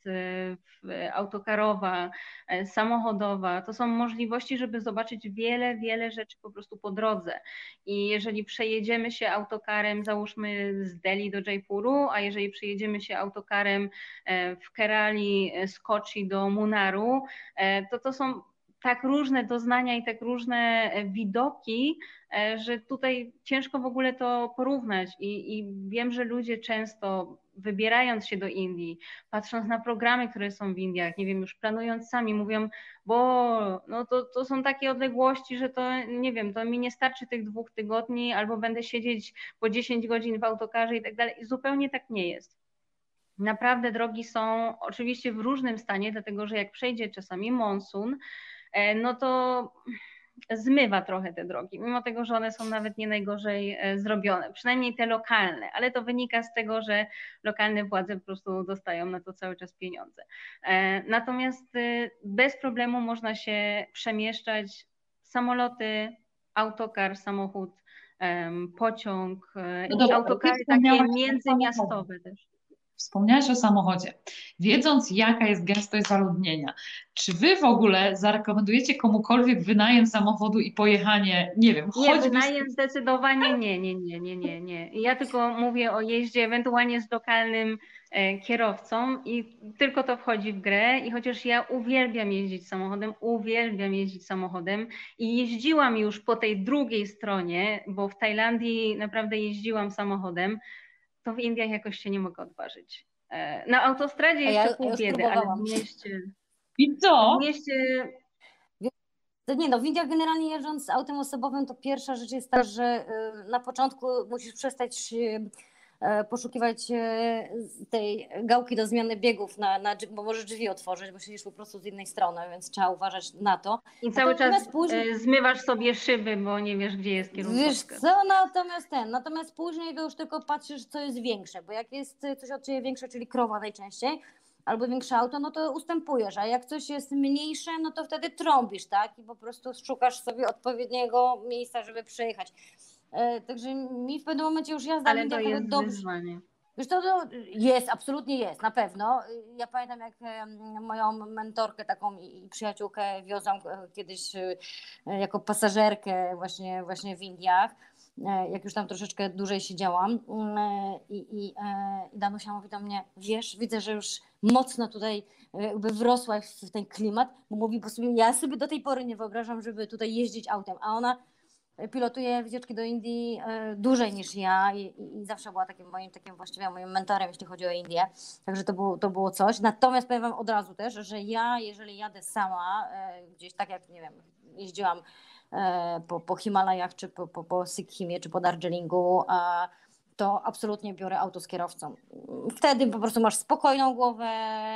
autokarowa, samochodowa, to są możliwości, żeby zobaczyć wiele, wiele rzeczy po prostu po drodze. I jeżeli przejedziemy się autokarem, załóżmy z Delhi do Jaipuru, a jeżeli przejedziemy się autokarem w Kerali z Kochi do Munaru, to są tak różne doznania i tak różne widoki, że tutaj ciężko w ogóle to porównać i wiem, że ludzie często wybierając się do Indii, patrząc na programy, które są w Indiach, nie wiem, już planując sami, mówią, bo no to są takie odległości, że to nie wiem, to mi nie starczy tych 2 tygodni, albo będę siedzieć po 10 godzin w autokarze i tak dalej. I zupełnie tak nie jest. Naprawdę drogi są oczywiście w różnym stanie, dlatego że jak przejdzie czasami monsun, no to zmywa trochę te drogi, mimo tego, że one są nawet nie najgorzej zrobione, przynajmniej te lokalne, ale to wynika z tego, że lokalne władze po prostu dostają na to cały czas pieniądze. Natomiast bez problemu można się przemieszczać, samoloty, autokar, samochód, pociąg, autokary takie międzymiastowe też. Wspomniałaś o samochodzie. Wiedząc, jaka jest gęstość zaludnienia, czy wy w ogóle zarekomendujecie komukolwiek wynajem samochodu i pojechanie, nie wiem, choćby... Nie, wynajem zdecydowanie nie. Ja tylko mówię o jeździe ewentualnie z lokalnym kierowcą i tylko to wchodzi w grę i chociaż ja uwielbiam jeździć samochodem i jeździłam już po tej drugiej stronie, bo w Tajlandii naprawdę jeździłam samochodem, to w Indiach jakoś się nie mogę odważyć. Na autostradzie jeszcze pół biedy, ale w mieście... I co? W mieście... To nie no, w Indiach generalnie jeżdżąc autem osobowym, to pierwsza rzecz jest ta, że na początku musisz przestać poszukiwać tej gałki do zmiany biegów, bo możesz drzwi otworzyć, bo siedzisz po prostu z innej strony, więc trzeba uważać na to. I cały Natomiast czas później, zmywasz sobie szyby, bo nie wiesz, gdzie jest wiesz kierunkowskaz. co, natomiast później to już tylko patrzysz, co jest większe, bo jak jest coś od ciebie większe, czyli krowa najczęściej, albo większe auto, no to ustępujesz, a jak coś jest mniejsze, no to wtedy trąbisz, tak? I po prostu szukasz sobie odpowiedniego miejsca, żeby przejechać. Także mi w pewnym momencie już jazda w Ale to Indiach jest dobrze. wyzwanie. Wiesz, to jest, absolutnie jest, na pewno. Ja pamiętam, jak moją mentorkę taką i przyjaciółkę wiozłam kiedyś jako pasażerkę właśnie w Indiach, jak już tam troszeczkę dłużej siedziałam i Danusia mówi do mnie, wiesz, widzę, że już mocno tutaj jakby wrosłaś w ten klimat, bo mówi, bo ja sobie do tej pory nie wyobrażam, żeby tutaj jeździć autem, a ona pilotuje wycieczki do Indii dłużej niż ja i zawsze była takim właściwie moim mentorem, jeśli chodzi o Indię. Także to było coś. Natomiast powiem wam od razu też, że ja, jeżeli jadę sama, gdzieś tak jak, nie wiem, jeździłam po Himalajach, czy po Sikkimie, czy po Darjeelingu, to absolutnie biorę auto z kierowcą. Wtedy po prostu masz spokojną głowę,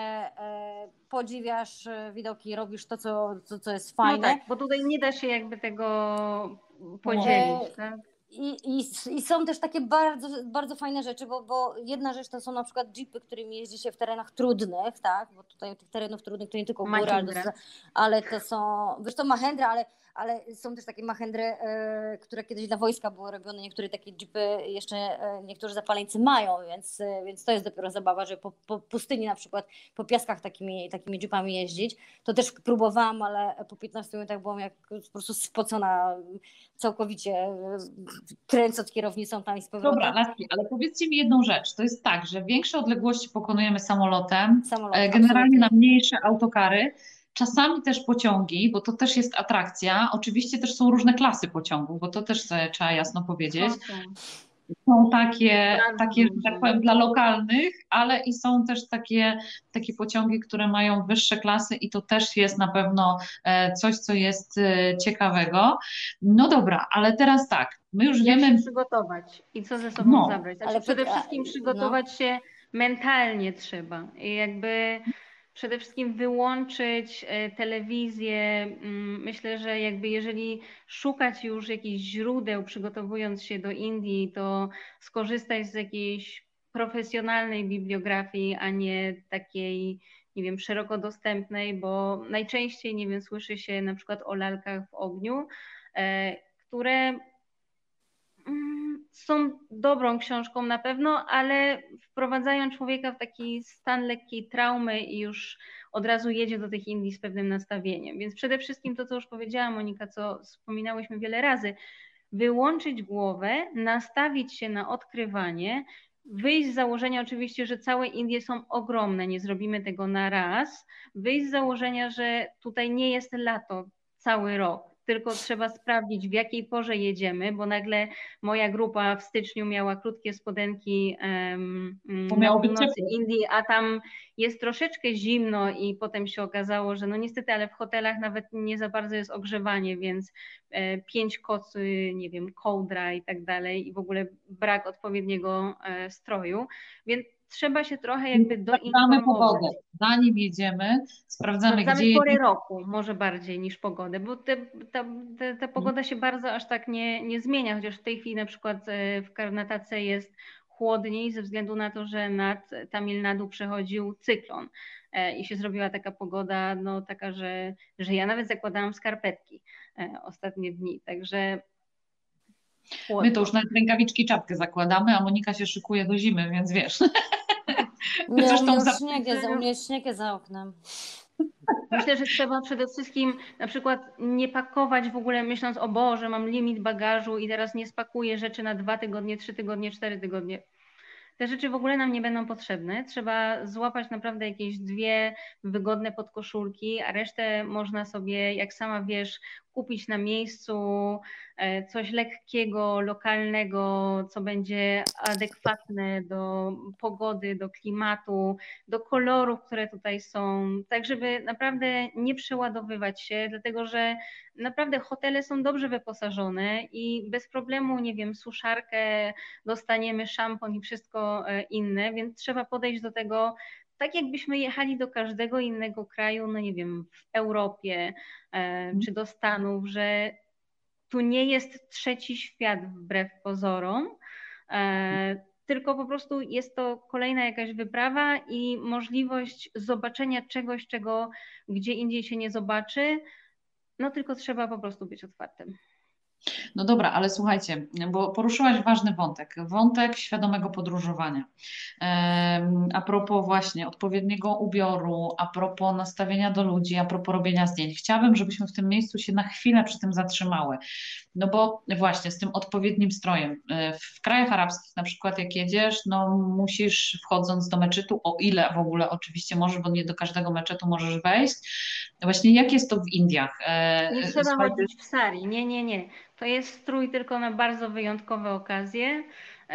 podziwiasz widoki, robisz to, co jest fajne. No tak, bo tutaj nie da się jakby tego podzielić, tak? I są też takie bardzo, bardzo fajne rzeczy, bo jedna rzecz to są na przykład jeepy, którymi jeździ się w terenach trudnych, tak? Bo tutaj tych terenów trudnych to nie tylko góry, ale to są, wiesz, to Mahindra, ale są też takie Mahindry, które kiedyś dla wojska były robione, niektóre takie jeepy jeszcze niektórzy zapaleńcy mają, więc to jest dopiero zabawa, że po pustyni na przykład, po piaskach takimi jeepami jeździć. To też próbowałam, ale po 15 minutach byłam jak po prostu spocona całkowicie, kręcąc kierownicą tam i z powrotem. Dobra, Laski, ale powiedzcie mi jedną rzecz. To jest tak, że większe odległości pokonujemy samolotem, generalnie na mniejsze autokary, czasami też pociągi, bo to też jest atrakcja. Oczywiście też są różne klasy pociągów, bo to też trzeba jasno powiedzieć. Są takie, że tak powiem, dla lokalnych, ale i są też takie pociągi, które mają wyższe klasy i to też jest na pewno coś, co jest ciekawego. No dobra, ale teraz tak, my już wiemy... Jak się przygotować i co ze sobą zabrać. Znaczy, przede wszystkim przygotować się mentalnie trzeba i jakby przede wszystkim wyłączyć telewizję. Myślę, że jakby jeżeli szukać już jakichś źródeł przygotowując się do Indii, to skorzystać z jakiejś profesjonalnej bibliografii, a nie takiej, nie wiem, szeroko dostępnej, bo najczęściej, nie wiem, słyszy się na przykład o lalkach w ogniu, które są dobrą książką na pewno, ale wprowadzają człowieka w taki stan lekkiej traumy i już od razu jedzie do tych Indii z pewnym nastawieniem. Więc przede wszystkim to, co już powiedziała Monika, co wspominałyśmy wiele razy, wyłączyć głowę, nastawić się na odkrywanie, wyjść z założenia oczywiście, że całe Indie są ogromne, nie zrobimy tego na raz, wyjść z założenia, że tutaj nie jest lato cały rok, tylko trzeba sprawdzić, w jakiej porze jedziemy, bo nagle moja grupa w styczniu miała krótkie spodenki na północy Indii, a tam jest troszeczkę zimno i potem się okazało, że no niestety, ale w hotelach nawet nie za bardzo jest ogrzewanie, więc 5 kocy, nie wiem, kołdra i tak dalej i w ogóle brak odpowiedniego stroju, więc trzeba się trochę jakby doinformować. Pogodę. Zanim jedziemy, sprawdzamy gdzie porę roku, może bardziej niż pogodę, bo ta pogoda się bardzo aż tak nie zmienia, chociaż w tej chwili na przykład w Karnatace jest chłodniej ze względu na to, że nad Tamil Nadu przechodził cyklon i się zrobiła taka pogoda, no taka, że ja nawet zakładałam skarpetki ostatnie dni, także chłodno. My to już nawet rękawiczki, czapkę zakładamy, a Monika się szykuje do zimy, więc wiesz. Nie, u mnie śnieg jest za oknem. Myślę, że trzeba przede wszystkim na przykład nie pakować w ogóle myśląc, o Boże, mam limit bagażu i teraz nie spakuję rzeczy na 2 tygodnie, 3 tygodnie, 4 tygodnie. te rzeczy w ogóle nam nie będą potrzebne. Trzeba złapać naprawdę jakieś 2 wygodne podkoszulki, a resztę można sobie, jak sama wiesz, kupić na miejscu, coś lekkiego, lokalnego, co będzie adekwatne do pogody, do klimatu, do kolorów, które tutaj są, tak żeby naprawdę nie przeładowywać się, dlatego że naprawdę hotele są dobrze wyposażone i bez problemu, nie wiem, suszarkę dostaniemy, szampon i wszystko inne, więc trzeba podejść do tego tak, jakbyśmy jechali do każdego innego kraju, no nie wiem, w Europie czy do Stanów, że tu nie jest trzeci świat wbrew pozorom, tylko po prostu jest to kolejna jakaś wyprawa i możliwość zobaczenia czegoś, czego gdzie indziej się nie zobaczy, no tylko trzeba po prostu być otwartym. No dobra, ale słuchajcie, bo poruszyłaś ważny wątek, wątek świadomego podróżowania. A propos właśnie odpowiedniego ubioru, a propos nastawienia do ludzi, a propos robienia zdjęć. Chciałabym, żebyśmy w tym miejscu się na chwilę przy tym zatrzymały. No bo właśnie z tym odpowiednim strojem. W krajach arabskich na przykład jak jedziesz, no musisz wchodząc do meczetu, o ile w ogóle oczywiście możesz, bo nie do każdego meczetu możesz wejść. Właśnie jak jest to w Indiach? Nie trzeba Słuchajcie, chodzić w sari, nie. To jest strój tylko na bardzo wyjątkowe okazje.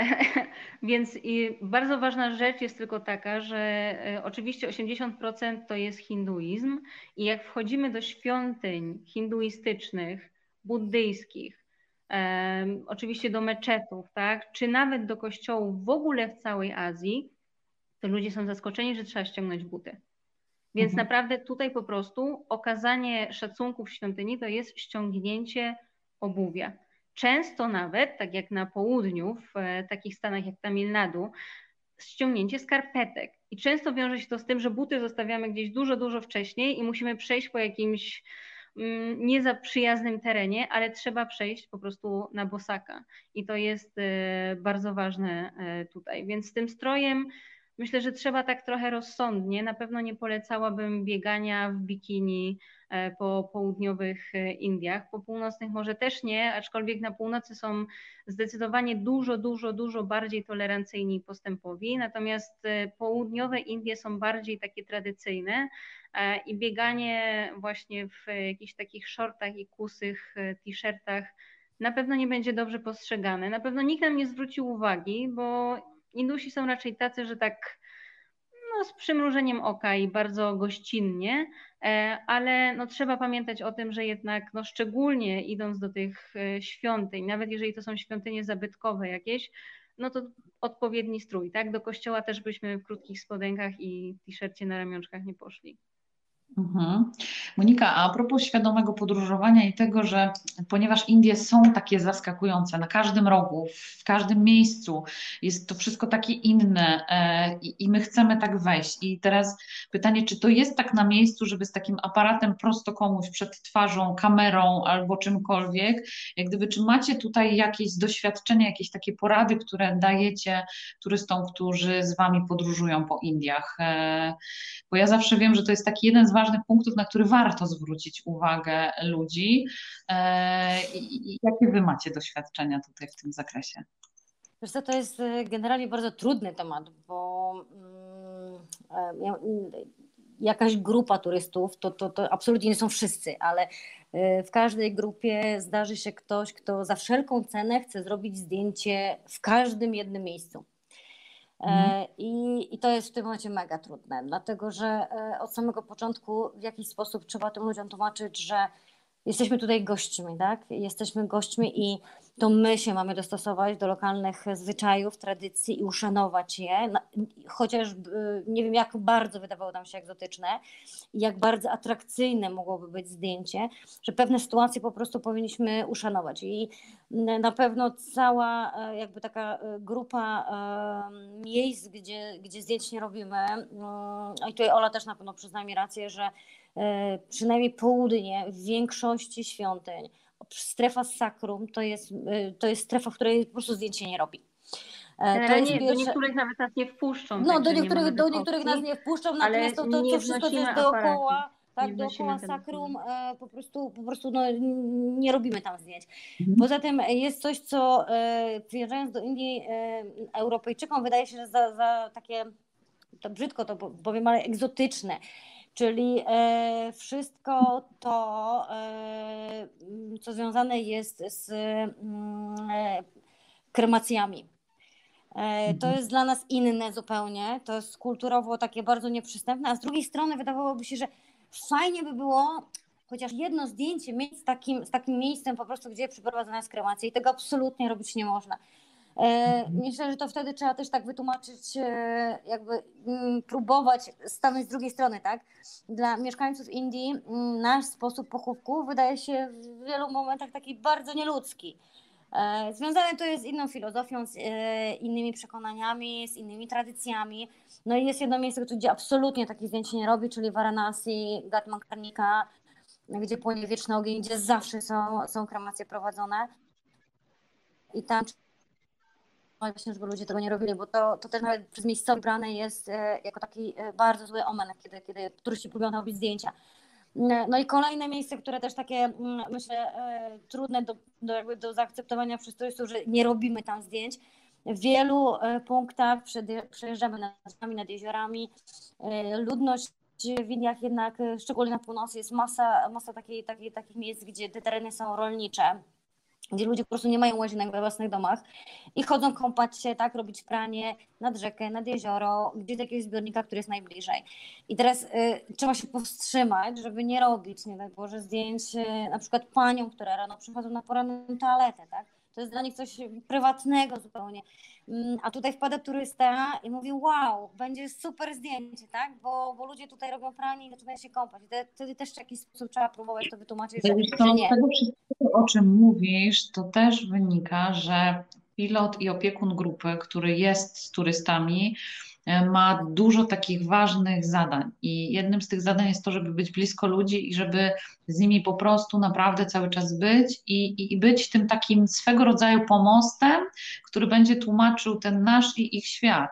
Więc bardzo ważna rzecz jest tylko taka, że oczywiście 80% to jest hinduizm i jak wchodzimy do świątyń hinduistycznych, buddyjskich, oczywiście do meczetów, tak, czy nawet do kościołów w ogóle w całej Azji, to ludzie są zaskoczeni, że trzeba ściągnąć buty. Więc naprawdę tutaj po prostu okazanie szacunku w świątyni to jest ściągnięcie obuwia. Często nawet, tak jak na południu, w takich stanach jak Tamil Nadu, ściągnięcie skarpetek. I często wiąże się to z tym, że buty zostawiamy gdzieś dużo wcześniej i musimy przejść po jakimś nie za przyjaznym terenie, ale trzeba przejść po prostu na bosaka. I to jest bardzo ważne tutaj. Więc z tym strojem myślę, że trzeba tak trochę rozsądnie. Na pewno nie polecałabym biegania w bikini po południowych Indiach. Po północnych może też nie, aczkolwiek na północy są zdecydowanie dużo bardziej tolerancyjni i postępowi. Natomiast południowe Indie są bardziej takie tradycyjne i bieganie właśnie w jakichś takich shortach i kusych t-shirtach na pewno nie będzie dobrze postrzegane. Na pewno nikt nam nie zwrócił uwagi, bo Indusi są raczej tacy, że tak no, z przymrużeniem oka i bardzo gościnnie, ale no, trzeba pamiętać o tym, że jednak no, szczególnie idąc do tych świątyń, nawet jeżeli to są świątynie zabytkowe jakieś, no to odpowiedni strój, tak? Do kościoła też byśmy w krótkich spodenkach i t-shircie na ramionczkach nie poszli. Monika, a propos świadomego podróżowania i tego, że ponieważ Indie są takie zaskakujące na każdym rogu, w każdym miejscu, jest to wszystko takie inne i my chcemy tak wejść. I teraz pytanie, czy to jest tak na miejscu, żeby z takim aparatem prosto komuś przed twarzą, kamerą albo czymkolwiek, jak gdyby, czy macie tutaj jakieś doświadczenia, jakieś takie porady, które dajecie turystom, którzy z Wami podróżują po Indiach? Bo ja zawsze wiem, że to jest taki jeden z ważnych punktów, na który warto zwrócić uwagę ludzi. Jakie Wy macie doświadczenia tutaj w tym zakresie? Wiesz co, to jest generalnie bardzo trudny temat, bo jakaś grupa turystów, to absolutnie nie są wszyscy, ale w każdej grupie zdarzy się ktoś, kto za wszelką cenę chce zrobić zdjęcie w każdym jednym miejscu. I to jest w tym momencie mega trudne, dlatego że od samego początku w jakiś sposób trzeba tym ludziom tłumaczyć, że jesteśmy tutaj gośćmi, tak? Jesteśmy gośćmi i to my się mamy dostosować do lokalnych zwyczajów, tradycji i uszanować je, chociaż nie wiem, jak bardzo wydawało nam się egzotyczne i jak bardzo atrakcyjne mogłoby być zdjęcie, że pewne sytuacje po prostu powinniśmy uszanować i na pewno cała jakby taka grupa miejsc, gdzie zdjęć nie robimy, i tutaj Ola też na pewno przyzna mi rację, że przynajmniej południe w większości świątyń strefa sakrum to jest strefa, w której po prostu zdjęć się nie robi. Do niektórych nawet nas nie wpuszczą. No, do niektórych nas nie wpuszczą, natomiast to wszystko, co jest dookoła, tak, Nie dookoła wnosimy telefonu. sakrum, po prostu no, nie robimy tam zdjęć. Mhm. Poza tym jest coś, co przyjeżdżając do Indii Europejczykom wydaje się, że za takie, to brzydko to powiem, ale egzotyczne. Czyli wszystko to, co związane jest z kremacjami. To jest dla nas inne zupełnie, to jest kulturowo takie bardzo nieprzystępne, a z drugiej strony wydawałoby się, że fajnie by było chociaż jedno zdjęcie mieć z takim miejscem po prostu, gdzie przeprowadzana jest kremacja i tego absolutnie robić nie można. Myślę, że to wtedy trzeba też tak wytłumaczyć, jakby próbować stanąć z drugiej strony, tak? Dla mieszkańców Indii nasz sposób pochówku wydaje się w wielu momentach taki bardzo nieludzki. Związane to jest z inną filozofią, z innymi przekonaniami, z innymi tradycjami. No i jest jedno miejsce, gdzie absolutnie takich zdjęć się nie robi, czyli Varanasi, Ghat Mankarnika, gdzie płonie wieczny ogień, gdzie zawsze są kremacje prowadzone. I tam właśnie, żeby ludzie tego nie robili, bo to też nawet przez miejscowych brane jest jako taki bardzo zły omen, kiedy turyści próbują robić zdjęcia. No i kolejne miejsce, które też takie, myślę, trudne do zaakceptowania przez turystów, że nie robimy tam zdjęć. W wielu punktach przejeżdżamy nad jeziorami. Ludność w Indiach jednak, szczególnie na północy, jest masa takich miejsc, gdzie te tereny są rolnicze, gdzie ludzie po prostu nie mają łazienek we własnych domach i chodzą kąpać się, tak, robić pranie nad rzekę, nad jezioro, gdzieś do jakiegoś zbiornika, który jest najbliżej. I teraz trzeba się powstrzymać, żeby nie robić, nie daj Boże, zdjęć na przykład paniom, które rano przychodzą na poranną toaletę, tak? To jest dla nich coś prywatnego zupełnie. A tutaj wpada turysta i mówi, wow, będzie super zdjęcie, tak? Bo ludzie tutaj robią pranie i zaczynają się kąpać. I wtedy też w jakiś sposób trzeba próbować to wytłumaczyć, że Z nie. tego wszystkiego, o czym mówisz, to też wynika, że pilot i opiekun grupy, który jest z turystami, ma dużo takich ważnych zadań. I jednym z tych zadań jest to, żeby być blisko ludzi i żeby z nimi po prostu naprawdę cały czas być i być tym takim swego rodzaju pomostem, który będzie tłumaczył ten nasz i ich świat.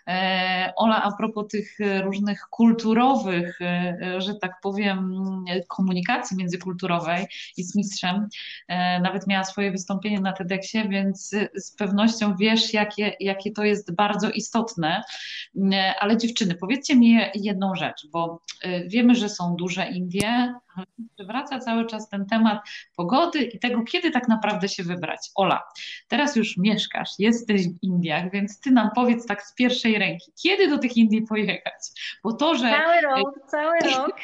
Ola, a propos tych różnych kulturowych, że tak powiem, komunikacji międzykulturowej i z mistrzem, nawet miała swoje wystąpienie na TEDxie, więc z pewnością wiesz, jakie to jest bardzo istotne. Ale dziewczyny, powiedzcie mi jedną rzecz, bo wiemy, że są duże Indie, ale wraca cały czas ten temat pogody i tego, kiedy tak naprawdę się wybrać. Ola, teraz już mieszkasz, jesteś w Indiach, więc ty nam powiedz tak z pierwszej ręki, kiedy do tych Indii pojechać? Bo to, że... Cały rok.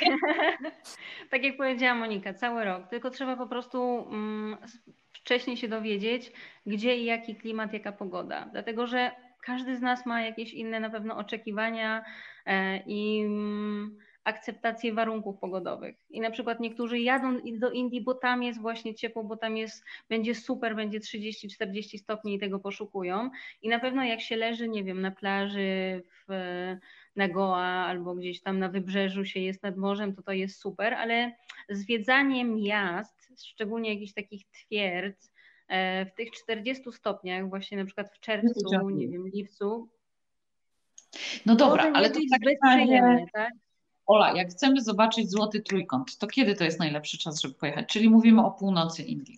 Tak jak powiedziała Monika, cały rok. Tylko trzeba po prostu wcześniej się dowiedzieć, gdzie i jaki klimat, jaka pogoda. Dlatego, że każdy z nas ma jakieś inne na pewno oczekiwania i akceptację warunków pogodowych. I na przykład niektórzy jadą do Indii, bo tam jest właśnie ciepło, bo tam będzie super, będzie 30-40 stopni i tego poszukują. I na pewno jak się leży, nie wiem, na plaży na Goa albo gdzieś tam na wybrzeżu się jest nad morzem, to jest super, ale zwiedzanie miast, szczególnie jakichś takich twierdz, w tych 40 stopniach, właśnie na przykład w czerwcu, nie wiem, lipcu, no dobra, może nie ale to być w takim zbyt razie, przyjemne, tak? Ola, jak chcemy zobaczyć Złoty Trójkąt, to kiedy to jest najlepszy czas, żeby pojechać? Czyli mówimy o północy Indii.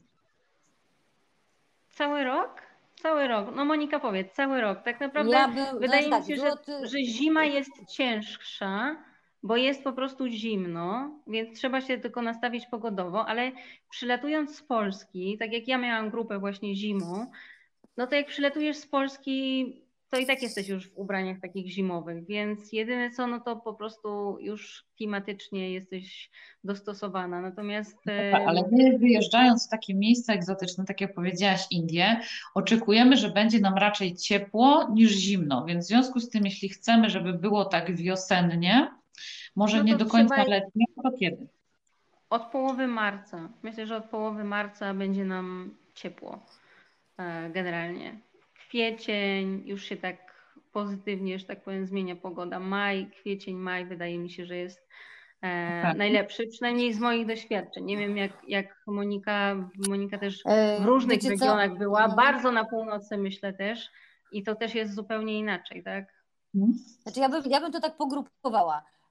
Cały rok? Cały rok. No Monika powiedz, cały rok. Tak naprawdę wydaje mi się, że zima jest cięższa, bo jest po prostu zimno, więc trzeba się tylko nastawić pogodowo, ale przylatując z Polski, tak jak ja miałam grupę właśnie zimą, no to jak przylatujesz z Polski, to i tak jesteś już w ubraniach takich zimowych, więc jedyne co, no to po prostu już klimatycznie jesteś dostosowana. Natomiast... Dobra, ale my wyjeżdżając w takie miejsca egzotyczne, tak jak powiedziałaś, Indie, oczekujemy, że będzie nam raczej ciepło niż zimno, więc w związku z tym, jeśli chcemy, żeby było tak wiosennie, może no nie to do końca trzeba letnie, to kiedy? od połowy marca. Myślę, że od połowy marca będzie nam ciepło generalnie. Kwiecień już się tak pozytywnie, że tak powiem, zmienia pogoda. Kwiecień, maj wydaje mi się, że jest najlepszy, przynajmniej z moich doświadczeń. Nie wiem jak Monika też w różnych regionach była, bardzo na północy myślę też i to też jest zupełnie inaczej, tak? Znaczy ja bym to tak pogrupowała.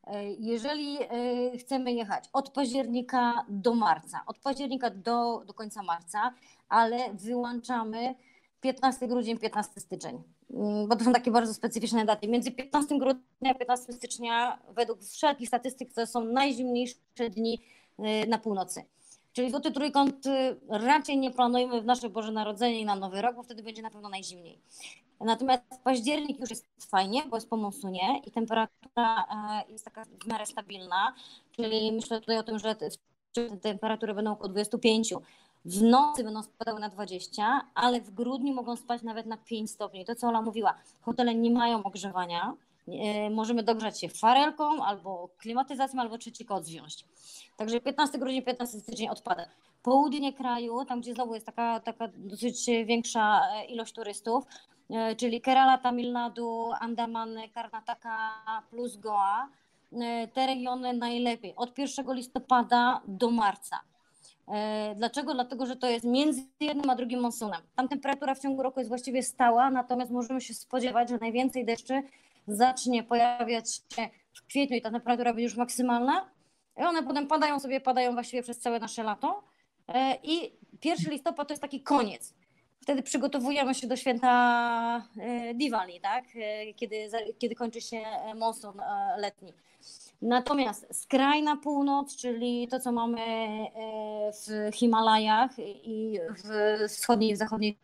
Jeżeli chcemy jechać od października do marca, od października do końca marca, ale wyłączamy 15 grudzień, 15 styczeń, bo to są takie bardzo specyficzne daty. Między 15 grudnia a 15 stycznia według wszelkich statystyk to są najzimniejsze dni na północy. Czyli Złoty Trójkąt raczej nie planujemy w nasze Boże Narodzenie i na Nowy Rok, bo wtedy będzie na pewno najzimniej. Natomiast październik już jest fajnie, bo jest po monsunie i temperatura jest taka w miarę stabilna, czyli myślę tutaj o tym, że temperatury będą około 25. W nocy będą spadały na 20, ale w grudniu mogą spać nawet na 5 stopni. To, co Ola mówiła, hotele nie mają ogrzewania, możemy dogrzać się farelką, albo klimatyzacją, albo trzeci kod wziąć. Także 15 grudzień, 15 styczeń odpada. Południe kraju, tam gdzie znowu jest taka dosyć większa ilość turystów, czyli Kerala, Tamil Nadu, Andamany, Karnataka plus Goa, te regiony najlepiej od 1 listopada do marca. Dlaczego? Dlatego, że to jest między jednym a drugim monsunem. Tam temperatura w ciągu roku jest właściwie stała, natomiast możemy się spodziewać, że najwięcej deszczy zacznie pojawiać się w kwietniu i ta temperatura będzie już maksymalna. I one potem padają właściwie przez całe nasze lato. I 1 listopad to jest taki koniec. Wtedy przygotowujemy się do święta Diwali, tak? Kiedy kończy się monsun letni. Natomiast skrajna północ, czyli to, co mamy w Himalajach i w wschodniej i w zachodniej,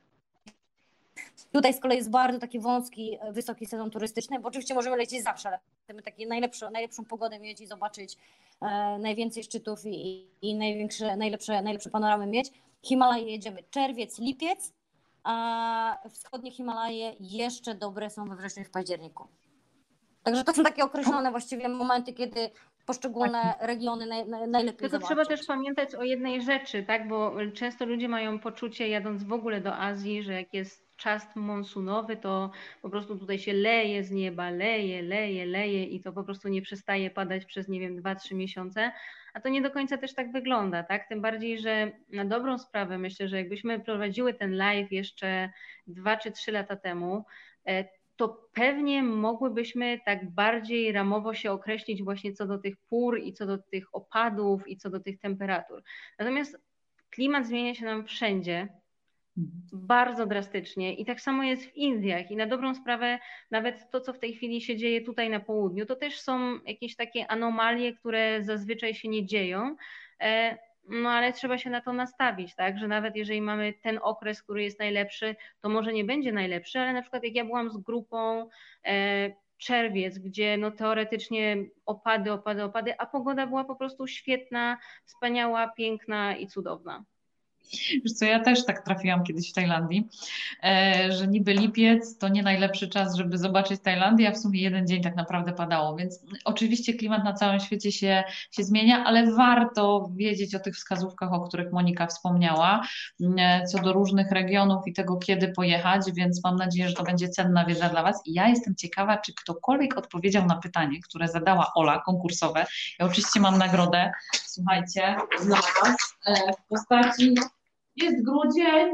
tutaj z kolei jest bardzo taki wąski, wysoki sezon turystyczny, bo oczywiście możemy lecieć zawsze, ale chcemy taką najlepszą pogodę mieć i zobaczyć najwięcej szczytów i najlepsze panoramy mieć. Himalaje jedziemy czerwiec, lipiec, a wschodnie Himalaje jeszcze dobre są we wrześniu i w październiku. Także to są takie określone właściwie momenty, kiedy poszczególne regiony najlepiej Tylko trzeba też pamiętać o jednej rzeczy, tak? Bo często ludzie mają poczucie, jadąc w ogóle do Azji, że jak jest czas monsunowy, to po prostu tutaj się leje z nieba, leje i to po prostu nie przestaje padać przez, nie wiem, 2-3 miesiące, a to nie do końca też tak wygląda, tak? Tym bardziej, że na dobrą sprawę myślę, że jakbyśmy prowadziły ten live jeszcze 2 czy 3 lata temu, to pewnie mogłybyśmy tak bardziej ramowo się określić właśnie co do tych pór i co do tych opadów i co do tych temperatur. Natomiast klimat zmienia się nam wszędzie bardzo drastycznie i tak samo jest w Indiach i na dobrą sprawę nawet to, co w tej chwili się dzieje tutaj na południu, to też są jakieś takie anomalie, które zazwyczaj się nie dzieją, no ale trzeba się na to nastawić, tak, że nawet jeżeli mamy ten okres, który jest najlepszy, to może nie będzie najlepszy, ale na przykład jak ja byłam z grupą czerwiec, gdzie no teoretycznie opady, a pogoda była po prostu świetna, wspaniała, piękna i cudowna. Wiesz co, ja też tak trafiłam kiedyś w Tajlandii, że niby lipiec to nie najlepszy czas, żeby zobaczyć Tajlandię, a w sumie jeden dzień tak naprawdę padało, więc oczywiście klimat na całym świecie się zmienia, ale warto wiedzieć o tych wskazówkach, o których Monika wspomniała, co do różnych regionów i tego, kiedy pojechać, więc mam nadzieję, że to będzie cenna wiedza dla Was. I ja jestem ciekawa, czy ktokolwiek odpowiedział na pytanie, które zadała Ola, konkursowe. Ja oczywiście mam nagrodę, słuchajcie, dla Was w postaci. Jest grudzień,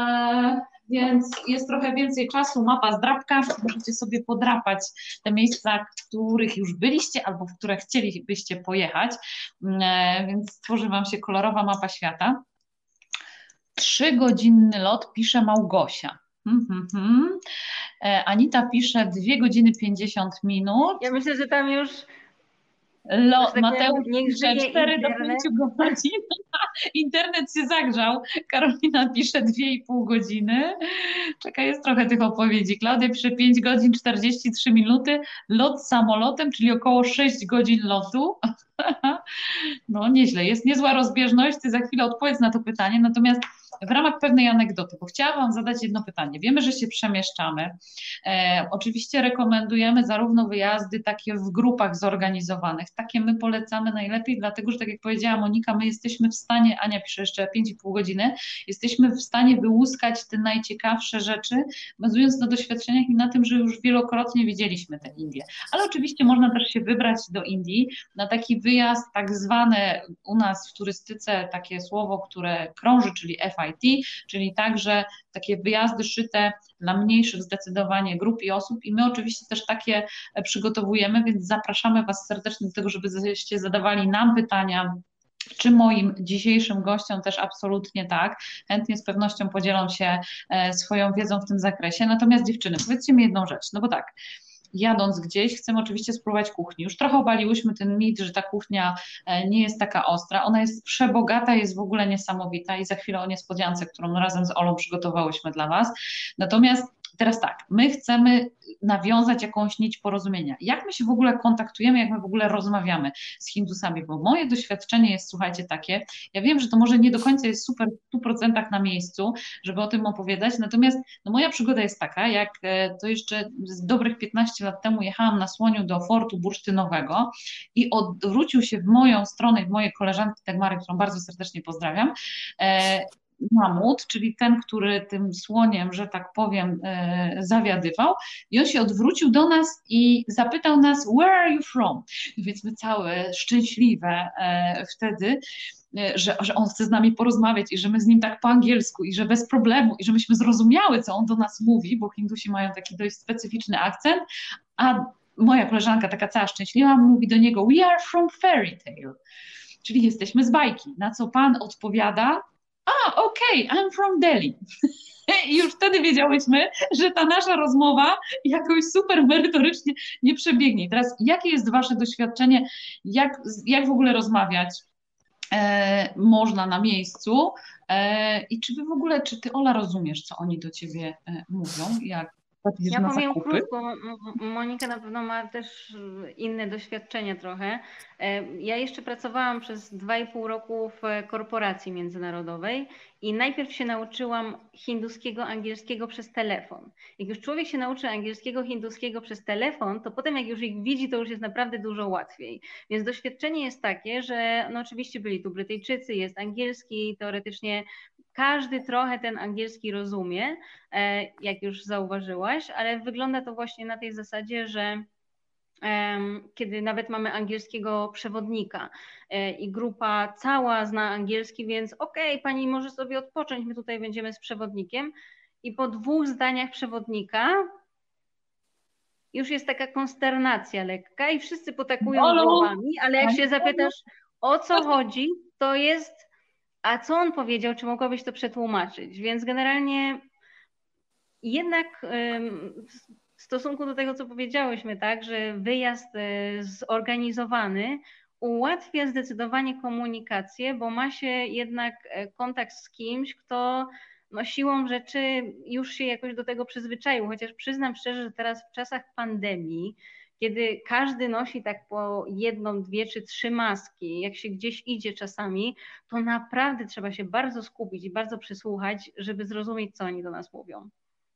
więc jest trochę więcej czasu, mapa zdrapka, możecie sobie podrapać te miejsca, w których już byliście albo w które chcielibyście pojechać, więc stworzy Wam się kolorowa mapa świata. 3-godzinny lot, pisze Małgosia. Anita pisze 2 godziny 50 minut. Ja myślę, że tam już Mateusz pisze 4 do 5 godzin. Internet się zagrzał. Karolina pisze 2,5 godziny. Czekaj, jest trochę tych opowiedzi. Klaudia pisze 5 godzin 43 minuty. Lot samolotem, czyli około 6 godzin lotu. No nieźle, jest niezła rozbieżność. Ty za chwilę odpowiedz na to pytanie. Natomiast w ramach pewnej anegdoty, bo chciałam Wam zadać jedno pytanie. Wiemy, że się przemieszczamy. Oczywiście rekomendujemy zarówno wyjazdy takie w grupach zorganizowanych. Takie my polecamy najlepiej, dlatego że tak jak powiedziała Monika, my jesteśmy w stanie, Ania pisze jeszcze 5,5 godziny, jesteśmy w stanie wyłuskać te najciekawsze rzeczy, bazując na doświadczeniach i na tym, że już wielokrotnie widzieliśmy te Indie. Ale oczywiście można też się wybrać do Indii na taki wyjazd, tak zwane u nas w turystyce takie słowo, które krąży, czyli FIT, High Tea, czyli także takie wyjazdy szyte dla mniejszych zdecydowanie grup i osób i my oczywiście też takie przygotowujemy, więc zapraszamy Was serdecznie do tego, żebyście zadawali nam pytania, czy moim dzisiejszym gościom też absolutnie tak. Chętnie z pewnością podzielą się swoją wiedzą w tym zakresie. Natomiast dziewczyny, powiedzcie mi jedną rzecz, no bo tak, jadąc gdzieś, chcemy oczywiście spróbować kuchni. Już trochę obaliłyśmy ten mit, że ta kuchnia nie jest taka ostra. Ona jest przebogata, jest w ogóle niesamowita i za chwilę o niespodziance, którą razem z Olą przygotowałyśmy dla Was. Natomiast teraz tak, my chcemy nawiązać jakąś nić porozumienia. Jak my się w ogóle kontaktujemy, jak my w ogóle rozmawiamy z Hindusami, bo moje doświadczenie jest, słuchajcie, takie, ja wiem, że to może nie do końca jest super w 100% na miejscu, żeby o tym opowiadać, natomiast no, moja przygoda jest taka, jak to jeszcze z dobrych 15 lat temu jechałam na słoniu do fortu bursztynowego i odwrócił się w moją stronę i w mojej koleżanki Dagmary, którą bardzo serdecznie pozdrawiam, mamut, czyli ten, który tym słoniem, że tak powiem, zawiadywał i on się odwrócił do nas i zapytał nas, where are you from? Więc my całe szczęśliwe wtedy, że on chce z nami porozmawiać i że my z nim tak po angielsku i że bez problemu i że myśmy zrozumiały, co on do nas mówi, bo Hindusi mają taki dość specyficzny akcent, a moja koleżanka taka cała szczęśliwa mówi do niego, we are from fairy tale, czyli jesteśmy z bajki, na co pan odpowiada, okej, I'm from Delhi. I już wtedy wiedziałyśmy, że ta nasza rozmowa jakoś super merytorycznie nie przebiegnie. I teraz jakie jest wasze doświadczenie, jak w ogóle rozmawiać można na miejscu i czy wy w ogóle, czy ty, Ola, rozumiesz, co oni do ciebie mówią, jak patrzysz Ja na powiem zakupy? krótko, Monika na pewno ma też inne doświadczenia trochę. Ja jeszcze pracowałam przez 2,5 roku w korporacji międzynarodowej i najpierw się nauczyłam hinduskiego, angielskiego przez telefon. Jak już człowiek się nauczy angielskiego, hinduskiego przez telefon, to potem jak już ich widzi, to już jest naprawdę dużo łatwiej. Więc doświadczenie jest takie, że no oczywiście byli tu Brytyjczycy, jest angielski, teoretycznie każdy trochę ten angielski rozumie, jak już zauważyłaś, ale wygląda to właśnie na tej zasadzie, że kiedy nawet mamy angielskiego przewodnika i grupa cała zna angielski, więc okej, pani może sobie odpocząć, my tutaj będziemy z przewodnikiem i po 2 zdaniach przewodnika już jest taka konsternacja lekka i wszyscy potakują głowami, ale jak się zapytasz, o co chodzi, to jest, a co on powiedział, czy mogłabyś to przetłumaczyć? Więc generalnie jednak w stosunku do tego, co powiedziałyśmy, tak, że wyjazd zorganizowany ułatwia zdecydowanie komunikację, bo ma się jednak kontakt z kimś, kto no, siłą rzeczy już się jakoś do tego przyzwyczaił, chociaż przyznam szczerze, że teraz w czasach pandemii, kiedy każdy nosi tak po 1, 2 czy 3 maski, jak się gdzieś idzie czasami, to naprawdę trzeba się bardzo skupić i bardzo przysłuchać, żeby zrozumieć, co oni do nas mówią.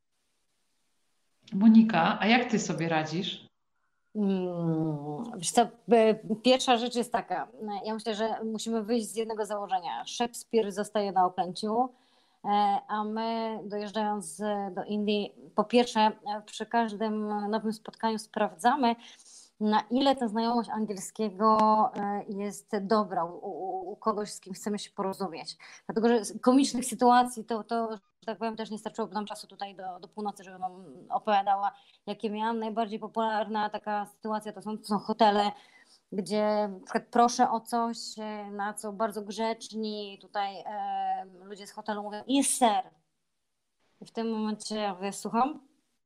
Monika, a jak ty sobie radzisz? Wiesz co, pierwsza rzecz jest taka, ja myślę, że musimy wyjść z jednego założenia. Szekspir zostaje na Okęciu, a my dojeżdżając do Indii, po pierwsze przy każdym nowym spotkaniu sprawdzamy, na ile ta znajomość angielskiego jest dobra u kogoś, z kim chcemy się porozumieć. Dlatego, że z komicznych sytuacji to że tak powiem, też nie starczyłoby nam czasu tutaj do północy, żeby nam opowiadała, jakie miałam. Najbardziej popularna taka sytuacja to są hotele, gdzie na przykład proszę o coś, na co bardzo grzeczni tutaj ludzie z hotelu mówią, jest ser. I w tym momencie ja mówię, słucham?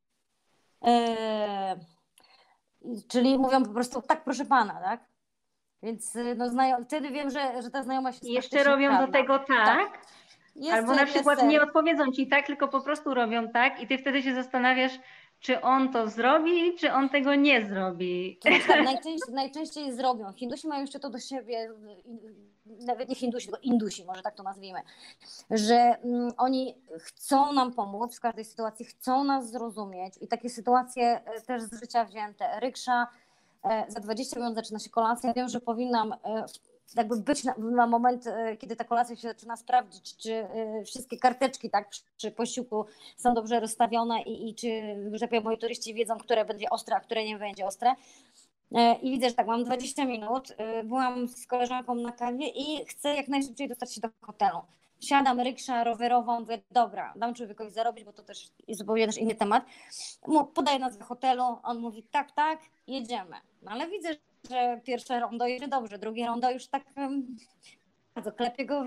Czyli mówią po prostu, tak proszę pana, tak? Więc no, wtedy wiem, że ta znajomość jest jeszcze robią prawna. do tego tak. Albo na przykład nie odpowiedzą ci tak, tylko po prostu robią tak i ty wtedy się zastanawiasz, czy on to zrobi, czy on tego nie zrobi. To znaczy, tak, najczęściej zrobią. Hindusi mają jeszcze to do siebie, nawet nie Hindusi, tylko Indusi, może tak to nazwijmy, że oni chcą nam pomóc w każdej sytuacji, chcą nas zrozumieć i takie sytuacje też z życia wzięte. Ryksza, za 20 minut zaczyna się kolacja, wiem, że powinnam jakby być na moment, kiedy ta kolacja się zaczyna sprawdzić, czy wszystkie karteczki tak przy posiłku są dobrze rozstawione i czy, że tak powiem, moi turyści wiedzą, które będzie ostre, a które nie będzie ostre. I widzę, że tak, mam 20 minut, byłam z koleżanką na kawie i chcę jak najszybciej dostać się do hotelu. siadam riksza rowerową, mówię, dobra, dam człowiekowi zarobić, bo to też jest zupełnie też inny temat. Podaję nazwę hotelu, on mówi, tak, tak, jedziemy. No ale widzę, że pierwsze rondo jedzie dobrze, drugie rondo już tak bardzo klepie go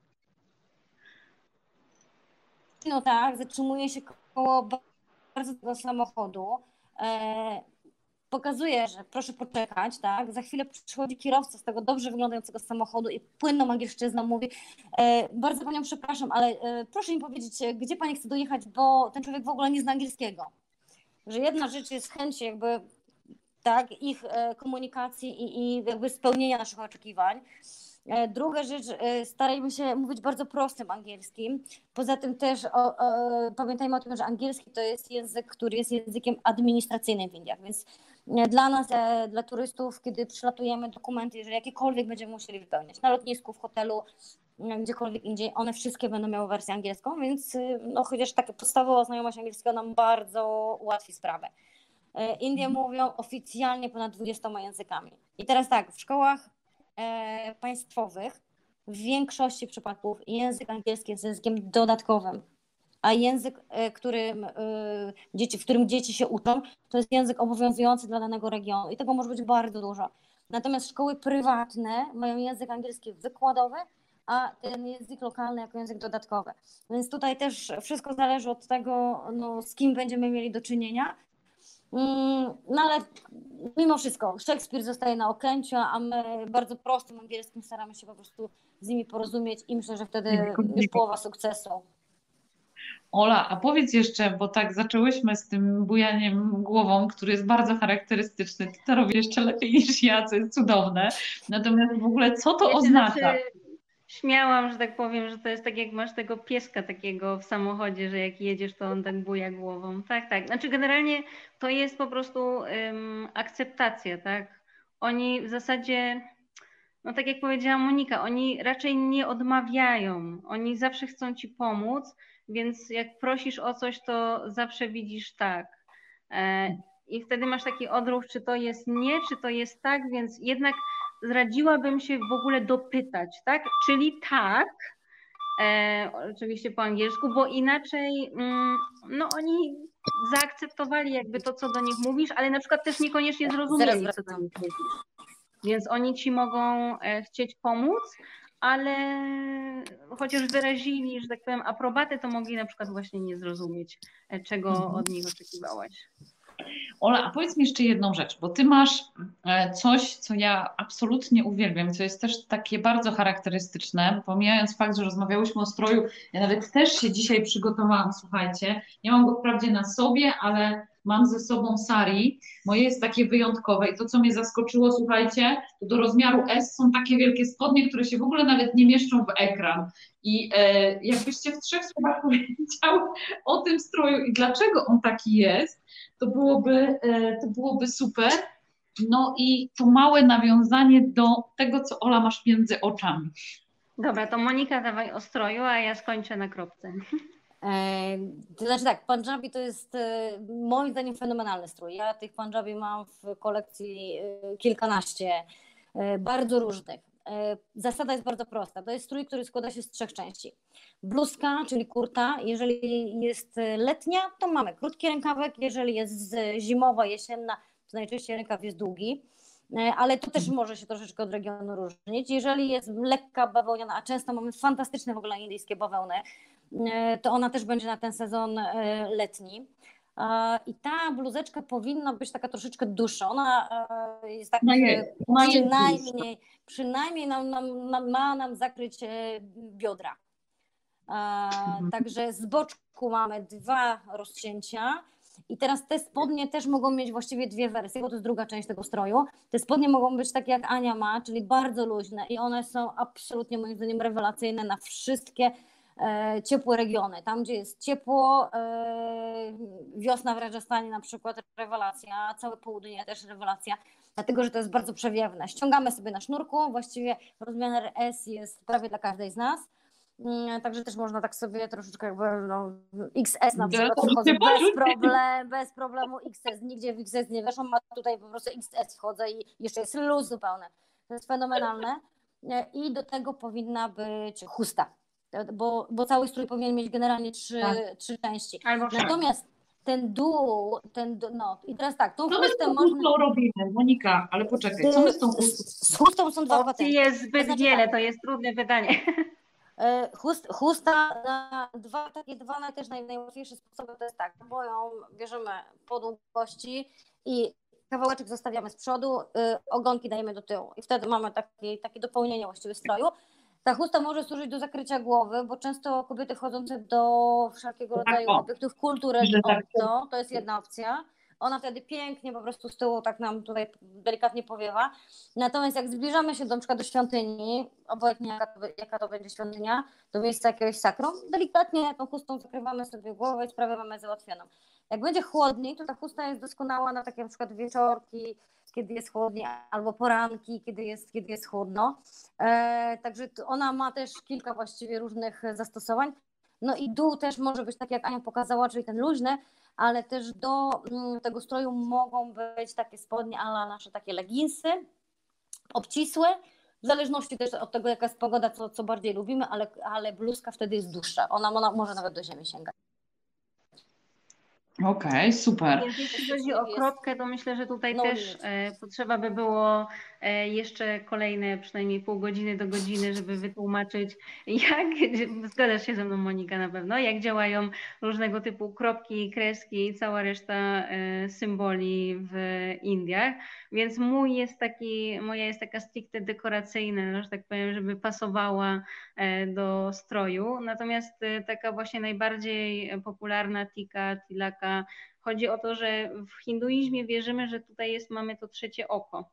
no tak, zatrzymuje się koło bardzo tego samochodu, pokazuje, że proszę poczekać, tak, za chwilę przychodzi kierowca z tego dobrze wyglądającego samochodu i płynną angielszczyzną mówi, bardzo panią przepraszam, ale proszę mi powiedzieć, gdzie pani chce dojechać, bo ten człowiek w ogóle nie zna angielskiego. Że jedna rzecz jest chęć jakby tak, ich komunikacji i jakby spełnienia naszych oczekiwań. Druga rzecz, starajmy się mówić bardzo prostym angielskim. Poza tym też pamiętajmy o tym, że angielski to jest język, który jest językiem administracyjnym w Indiach, więc dla nas, dla turystów, kiedy przylatujemy, dokumenty, jeżeli jakiekolwiek będziemy musieli wypełniać na lotnisku, w hotelu, gdziekolwiek indziej, one wszystkie będą miały wersję angielską, więc no, chociaż taka podstawowa znajomość angielskiego nam bardzo ułatwi sprawę. Indie mówią oficjalnie ponad 20 językami. I teraz tak, w szkołach państwowych w większości przypadków język angielski jest językiem dodatkowym, a język, w którym dzieci się uczą, to jest język obowiązujący dla danego regionu i tego może być bardzo dużo. Natomiast szkoły prywatne mają język angielski wykładowy, a ten język lokalny jako język dodatkowy. Więc tutaj też wszystko zależy od tego, no, z kim będziemy mieli do czynienia. No ale mimo wszystko Szekspir zostaje na Okęciu, a my bardzo prostym angielskim staramy się po prostu z nimi porozumieć i myślę, że wtedy już połowa sukcesu. Ola, a powiedz jeszcze, bo tak zaczęłyśmy z tym bujaniem głową, który jest bardzo charakterystyczny. Ty to robisz jeszcze lepiej niż ja, co jest cudowne. Natomiast w ogóle co to oznacza? Śmiałam, że tak powiem, że to jest tak jak masz tego pieska takiego w samochodzie, że jak jedziesz, to on tak buja głową. Tak, tak. Znaczy generalnie to jest po prostu akceptacja, tak? Oni w zasadzie, no tak jak powiedziała Monika, oni raczej nie odmawiają. Oni zawsze chcą ci pomóc, więc jak prosisz o coś, to zawsze widzisz tak. I wtedy masz taki odruch, czy to jest nie, czy to jest tak, więc jednak zradziłabym się w ogóle dopytać, tak? Czyli tak, oczywiście po angielsku, bo inaczej no oni zaakceptowali jakby to, co do nich mówisz, ale na przykład też niekoniecznie zrozumieli, co do nich mówisz. Więc oni ci mogą chcieć pomóc, ale chociaż wyrazili, że tak powiem, aprobatę, to mogli na przykład właśnie nie zrozumieć, czego od nich oczekiwałaś. Ola, a powiedz mi jeszcze jedną rzecz, bo ty masz coś, co ja absolutnie uwielbiam, co jest też takie bardzo charakterystyczne, pomijając fakt, że rozmawiałyśmy o stroju, ja nawet też się dzisiaj przygotowałam, słuchajcie, nie mam go wprawdzie na sobie, ale mam ze sobą sari, moje jest takie wyjątkowe i to, co mnie zaskoczyło, słuchajcie, to do rozmiaru S są takie wielkie spodnie, które się w ogóle nawet nie mieszczą w ekran i jakbyście w 3 słowach powiedziały o tym stroju i dlaczego on taki jest, to byłoby super. No i to małe nawiązanie do tego, co Ola masz między oczami. Dobra, to Monika dawaj o stroju, a ja skończę na kropce. To znaczy tak, Punjabi to jest moim zdaniem fenomenalny strój. Ja tych Punjabi mam w kolekcji kilkanaście, bardzo różnych. Zasada jest bardzo prosta. To jest strój, który składa się z 3 części. Bluzka, czyli kurta. Jeżeli jest letnia, to mamy krótki rękawek. Jeżeli jest zimowa, jesienna, to najczęściej rękaw jest długi. Ale to też może się troszeczkę od regionu różnić. Jeżeli jest lekka bawełniana, a często mamy fantastyczne w ogóle indyjskie bawełny, to ona też będzie na ten sezon letni. I ta bluzeczka powinna być taka troszeczkę dłuższa. Ona jest tak przynajmniej ma nam zakryć biodra. Także z boczku mamy 2 rozcięcia. I teraz te spodnie też mogą mieć właściwie 2 wersje, bo to jest druga część tego stroju. Te spodnie mogą być takie jak Ania ma, czyli bardzo luźne i one są absolutnie moim zdaniem rewelacyjne na wszystkie ciepłe regiony. Tam, gdzie jest ciepło, wiosna w Rajasthanie na przykład rewelacja, całe południe też rewelacja, dlatego że to jest bardzo przewiewne. Ściągamy sobie na sznurku, właściwie rozmiar S jest prawie dla każdej z nas. Także też można tak sobie troszeczkę jakby XS na przykład wchodzę bez problemu XS, nigdzie w XS nie weszłam, a tutaj po prostu XS wchodzę i jeszcze jest luz zupełny. To jest fenomenalne i do tego powinna być chusta. bo cały strój powinien mieć generalnie Tak. trzy części. Albo sześć. Natomiast ten dół, no i teraz tak, tą Co my z chustę tą można... chustą robimy, Monika? Ale poczekaj, co my z tą chustą? Z chustą są dwa Opcji patenty. jest zbyt To znaczy wiele, tak, to jest trudne pytanie. Chusta na dwa najłatwiejsze sposoby to jest tak, bo ją bierzemy po długości i kawałeczek zostawiamy z przodu, ogonki dajemy do tyłu i wtedy mamy takie dopełnienie właściwie stroju. Ta chusta może służyć do zakrycia głowy, bo często kobiety wchodzące do wszelkiego rodzaju obiektów kultury obco, to jest jedna opcja. Ona wtedy pięknie po prostu z tyłu tak nam tutaj delikatnie powiewa. Natomiast jak zbliżamy się na przykład do świątyni, obojętnie jaka to będzie świątynia, do miejsca jakiegoś sakrum, delikatnie tą chustą zakrywamy sobie głowę i sprawę mamy załatwioną. Jak będzie chłodniej, to ta chusta jest doskonała na takie na przykład wieczorki, kiedy jest chłodniej, albo poranki, kiedy jest chłodno. Także ona ma też kilka właściwie różnych zastosowań. No i dół też może być tak, jak Ania pokazała, czyli ten luźny, ale też do tego stroju mogą być takie spodnie a la nasze takie leginsy, obcisłe, w zależności też od tego, jaka jest pogoda, co bardziej lubimy, ale bluzka wtedy jest dłuższa. Ona może nawet do ziemi sięgać. Okej, super. Więc jeśli chodzi o kropkę, to myślę, że tutaj też potrzeba by było jeszcze kolejne przynajmniej pół godziny do godziny, żeby wytłumaczyć, jak, zgadzasz się ze mną Monika na pewno, jak działają różnego typu kropki, kreski i cała reszta symboli w Indiach. Więc moja jest taka stricte dekoracyjna, że tak powiem, żeby pasowała do stroju. Natomiast taka właśnie najbardziej popularna tika, tilaka, chodzi o to, że w hinduizmie wierzymy, że tutaj mamy to trzecie oko.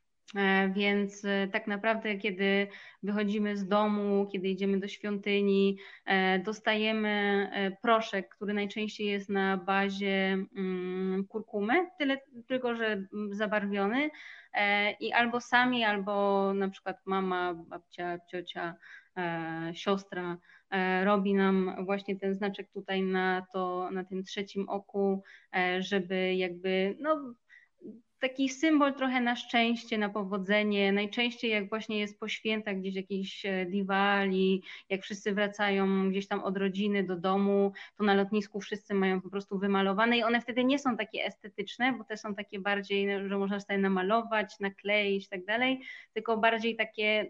Więc tak naprawdę, kiedy wychodzimy z domu, kiedy idziemy do świątyni, dostajemy proszek, który najczęściej jest na bazie kurkumy, tylko że zabarwiony i albo sami, albo na przykład mama, babcia, ciocia, siostra robi nam właśnie ten znaczek tutaj na tym trzecim oku, żeby jakby taki symbol trochę na szczęście, na powodzenie. Najczęściej jak właśnie jest po świętach gdzieś jakiś Diwali, jak wszyscy wracają gdzieś tam od rodziny do domu, to na lotnisku wszyscy mają po prostu wymalowane i one wtedy nie są takie estetyczne, bo te są takie bardziej, że można sobie namalować, nakleić i tak dalej, tylko bardziej takie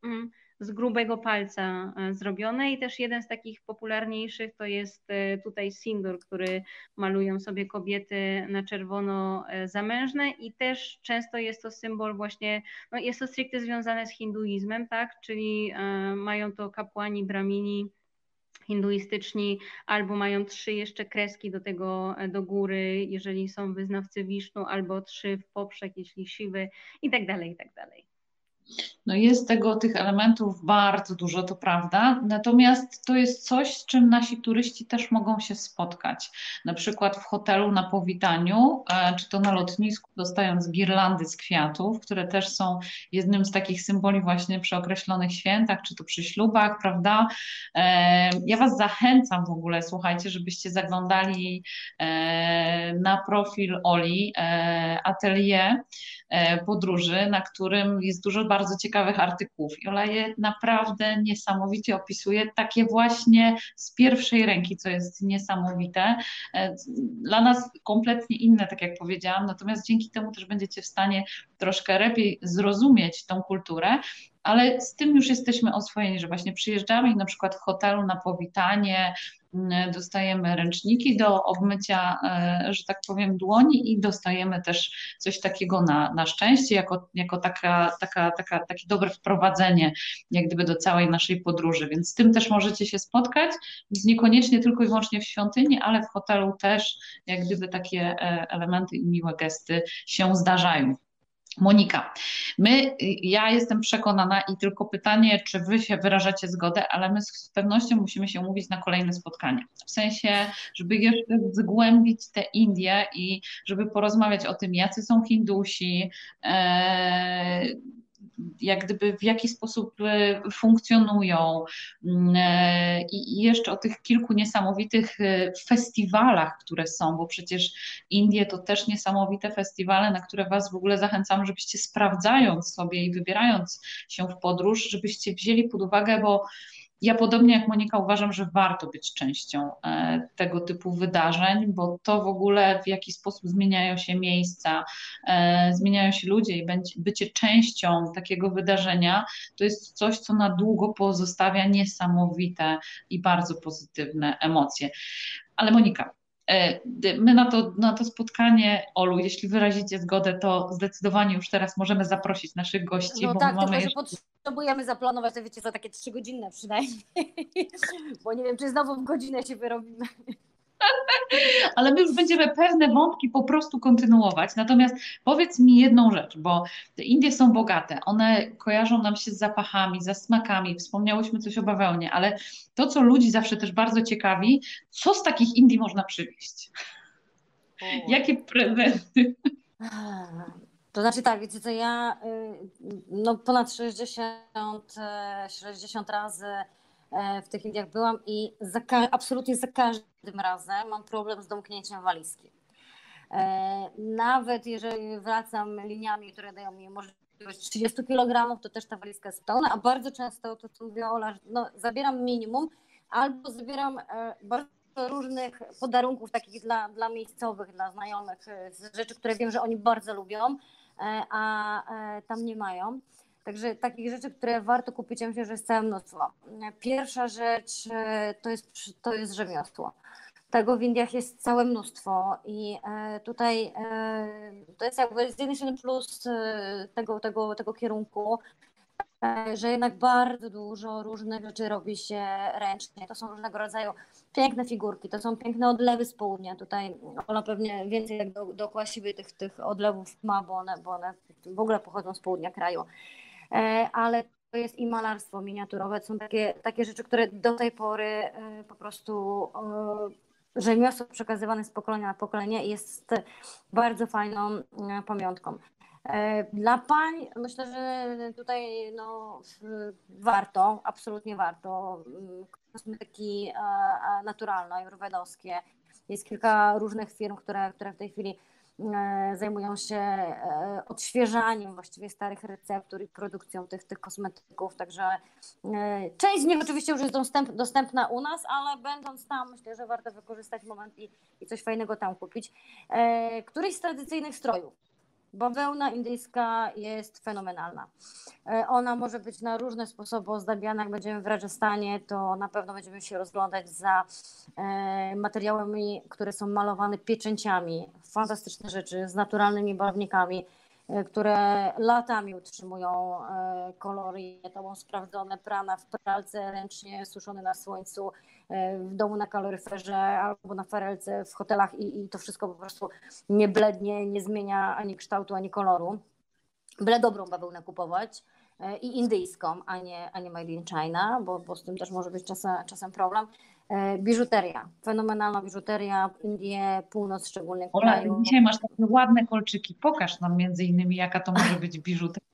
z grubego palca zrobione i też jeden z takich popularniejszych to jest tutaj sindur, który malują sobie kobiety na czerwono zamężne i też często jest to symbol właśnie, jest to stricte związane z hinduizmem, tak, czyli mają to kapłani, bramini hinduistyczni, albo mają 3 jeszcze kreski do tego do góry, jeżeli są wyznawcy Wisznu, albo 3 w poprzek, jeśli siwy i tak dalej, i tak dalej. No jest tych elementów bardzo dużo, to prawda, natomiast to jest coś, z czym nasi turyści też mogą się spotkać. Na przykład w hotelu na powitaniu, czy to na lotnisku, dostając girlandy z kwiatów, które też są jednym z takich symboli właśnie przy określonych świętach, czy to przy ślubach, prawda? Ja Was zachęcam w ogóle, słuchajcie, żebyście zaglądali na profil Oli, atelier podróży, na którym jest dużo bardzo ciekawych artykułów i Ola je naprawdę niesamowicie opisuje, takie właśnie z pierwszej ręki, co jest niesamowite. Dla nas kompletnie inne, tak jak powiedziałam, natomiast dzięki temu też będziecie w stanie troszkę lepiej zrozumieć tą kulturę, ale z tym już jesteśmy oswojeni, że właśnie przyjeżdżamy i na przykład w hotelu na powitanie dostajemy ręczniki do obmycia, że tak powiem, dłoni i dostajemy też coś takiego na szczęście, jako takie dobre wprowadzenie jak gdyby do całej naszej podróży, więc z tym też możecie się spotkać, więc niekoniecznie tylko i wyłącznie w świątyni, ale w hotelu też jak gdyby takie elementy i miłe gesty się zdarzają. Monika, ja jestem przekonana i tylko pytanie, czy Wy się wyrażacie zgodę, ale my z pewnością musimy się umówić na kolejne spotkanie. W sensie, żeby jeszcze zgłębić te Indie i żeby porozmawiać o tym, jacy są Hindusi, jak gdyby w jaki sposób funkcjonują i jeszcze o tych kilku niesamowitych festiwalach, które są, bo przecież Indie to też niesamowite festiwale, na które Was w ogóle zachęcam, żebyście sprawdzając sobie i wybierając się w podróż, żebyście wzięli pod uwagę, bo Ja podobnie jak Monika uważam, że warto być częścią tego typu wydarzeń, bo to w ogóle w jaki sposób zmieniają się miejsca, zmieniają się ludzie i bycie częścią takiego wydarzenia to jest coś, co na długo pozostawia niesamowite i bardzo pozytywne emocje. Ale Monika, my na to spotkanie, Olu, jeśli wyrazicie zgodę, to zdecydowanie już teraz możemy zaprosić naszych gości, No bo my tak, mamy tylko że jeszcze... potrzebujemy zaplanować, to wiecie, za takie 3 godzinne przynajmniej, bo nie wiem, czy znowu w godzinę się wyrobimy. Ale my już będziemy pewne wątki po prostu kontynuować. Natomiast powiedz mi jedną rzecz, bo te Indie są bogate, one kojarzą nam się z zapachami, ze smakami, wspomniałyśmy coś o bawełnie, ale to, co ludzi zawsze też bardzo ciekawi, co z takich Indii można przywieźć? Jakie prezenty? To znaczy tak, wiecie co, ja no ponad 60 razy w tych Indiach byłam i absolutnie za każdym razem mam problem z domknięciem walizki. Nawet jeżeli wracam liniami, które dają mi możliwość 30 kg, to też ta walizka jest pełna, a bardzo często, to co mówiła Ola, no, zabieram minimum albo zabieram bardzo różnych podarunków takich dla miejscowych, dla znajomych, rzeczy, które wiem, że oni bardzo lubią, a tam nie mają. Także takich rzeczy, które warto kupić, ja myślę, że jest całe mnóstwo. Pierwsza rzecz to jest rzemiosło. Tego w Indiach jest całe mnóstwo i tutaj to jest jakby z jednej strony plus tego kierunku, że jednak bardzo dużo różnych rzeczy robi się ręcznie. To są różnego rodzaju piękne figurki, to są piękne odlewy z południa. Tutaj Ola pewnie więcej jak dookoła siebie tych odlewów ma, bo one w ogóle pochodzą z południa kraju. Ale to jest i malarstwo miniaturowe, to są takie rzeczy, które do tej pory po prostu rzemiosło przekazywane z pokolenia na pokolenie jest bardzo fajną pamiątką. Dla pań myślę, że tutaj no, warto, absolutnie warto. Kosmetyki naturalne, ajurwedowskie. Jest kilka różnych firm, które w tej chwili zajmują się odświeżaniem właściwie starych receptur i produkcją tych kosmetyków, także część z nich oczywiście już jest dostępna u nas, ale będąc tam myślę, że warto wykorzystać moment i coś fajnego tam kupić. Któryś z tradycyjnych strojów. Bawełna indyjska jest fenomenalna. Ona może być na różne sposoby ozdabiana. Jak będziemy w Rajasthanie, to na pewno będziemy się rozglądać za materiałami, które są malowane pieczęciami. Fantastyczne rzeczy z naturalnymi barwnikami, które latami utrzymują kolory. To są sprawdzone, prane w pralce, ręcznie suszone na słońcu, w domu na kaloryferze albo na farelce w hotelach i to wszystko po prostu nie blednie, nie zmienia ani kształtu, ani koloru. Byle dobrą bawełnę kupować i indyjską, a nie made in China, bo z tym też może być czasem problem. Biżuteria, fenomenalna biżuteria, Indie, północ szczególnie Ola, kraju. dzisiaj masz takie ładne kolczyki. Pokaż nam między innymi, jaka to może być biżuteria.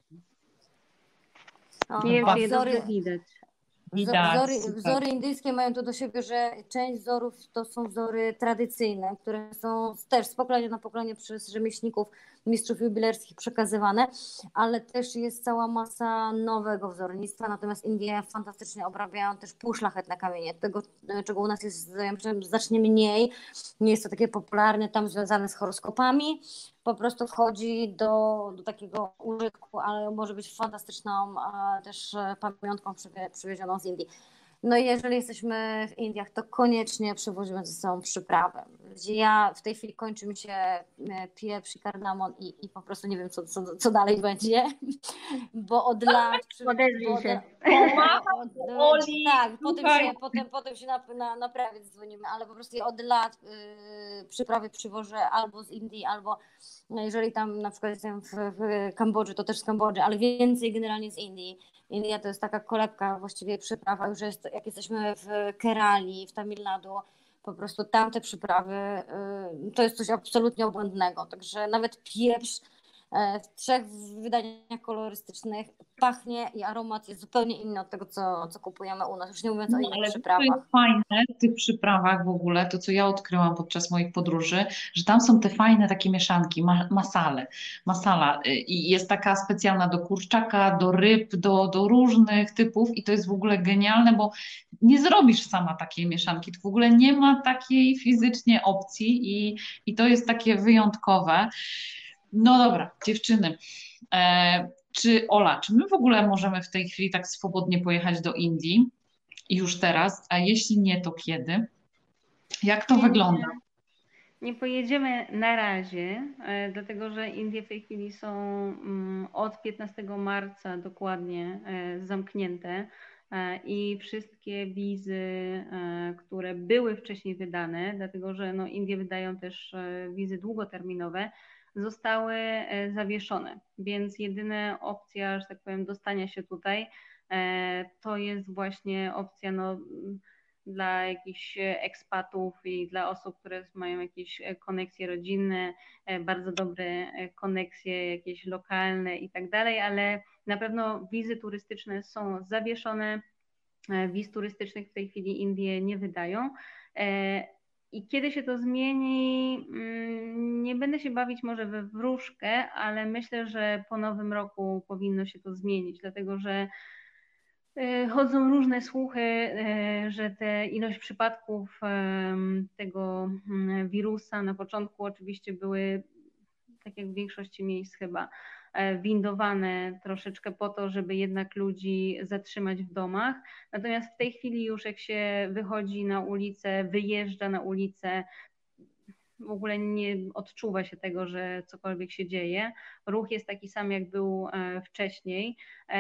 Nie wiem, czy je Wzory, dobrze widać. Widać, wzory indyjskie mają to do siebie, że część wzorów to są wzory tradycyjne, które są też z pokolenia na pokolenie przez rzemieślników, mistrzów jubilerskich przekazywane, ale też jest cała masa nowego wzornictwa, natomiast Indie fantastycznie obrabiają też półszlachetne kamienie, tego czego u nas jest znacznie mniej, nie jest to takie popularne, tam związane z horoskopami, po prostu wchodzi do takiego użytku, ale może być fantastyczną też pamiątką przywiezioną z Indii. No i jeżeli jesteśmy w Indiach, to koniecznie przywozimy ze sobą przyprawę. Gdzie ja w tej chwili kończy mi się pieprz i kardamon i po prostu nie wiem, co dalej będzie, bo od lat... Odezwij się. Tak, potem się naprawić dzwonimy, ale po prostu ja od lat przyprawy przywożę albo z Indii, albo jeżeli tam na przykład jestem w Kambodży, to też z Kambodży, ale więcej generalnie z Indii. India to jest taka kolebka właściwie przyprawa, już jest, jak jesteśmy w Kerali, w Tamil Nadu, po prostu tamte przyprawy to jest coś absolutnie obłędnego, także nawet pieprz w 3 wydaniach kolorystycznych. Pachnie i aromat jest zupełnie inny od tego, co kupujemy u nas, już nie mówiąc o No, innych ale to przyprawach. jest fajne w tych przyprawach w ogóle, to co ja odkryłam podczas moich podróży, że tam są te fajne takie mieszanki, masala i jest taka specjalna do kurczaka, do ryb, do różnych typów i to jest w ogóle genialne, bo nie zrobisz sama takiej mieszanki, to w ogóle nie ma takiej fizycznie opcji i to jest takie wyjątkowe. No dobra, dziewczyny. Czy my w ogóle możemy w tej chwili tak swobodnie pojechać do Indii? Już teraz, a jeśli nie, to kiedy? Jak to Nie, wygląda? nie pojedziemy na razie, dlatego że Indie w tej chwili są od 15 marca dokładnie zamknięte i wszystkie wizy, które były wcześniej wydane, dlatego że no, Indie wydają też wizy długoterminowe, zostały zawieszone, więc jedyna opcja, że tak powiem, dostania się tutaj to jest właśnie opcja no, dla jakichś ekspatów i dla osób, które mają jakieś koneksje rodzinne, bardzo dobre koneksje jakieś lokalne i tak dalej, ale na pewno wizy turystyczne są zawieszone. Wiz turystycznych w tej chwili Indie nie wydają. I kiedy się to zmieni, nie będę się bawić może we wróżkę, ale myślę, że po nowym roku powinno się to zmienić, dlatego że chodzą różne słuchy, że te ilość przypadków tego wirusa na początku oczywiście były, tak jak w większości miejsc chyba, windowane troszeczkę po to, żeby jednak ludzi zatrzymać w domach. Natomiast w tej chwili już jak się wychodzi na ulicę, wyjeżdża na ulicę, w ogóle nie odczuwa się tego, że cokolwiek się dzieje. Ruch jest taki sam, jak był wcześniej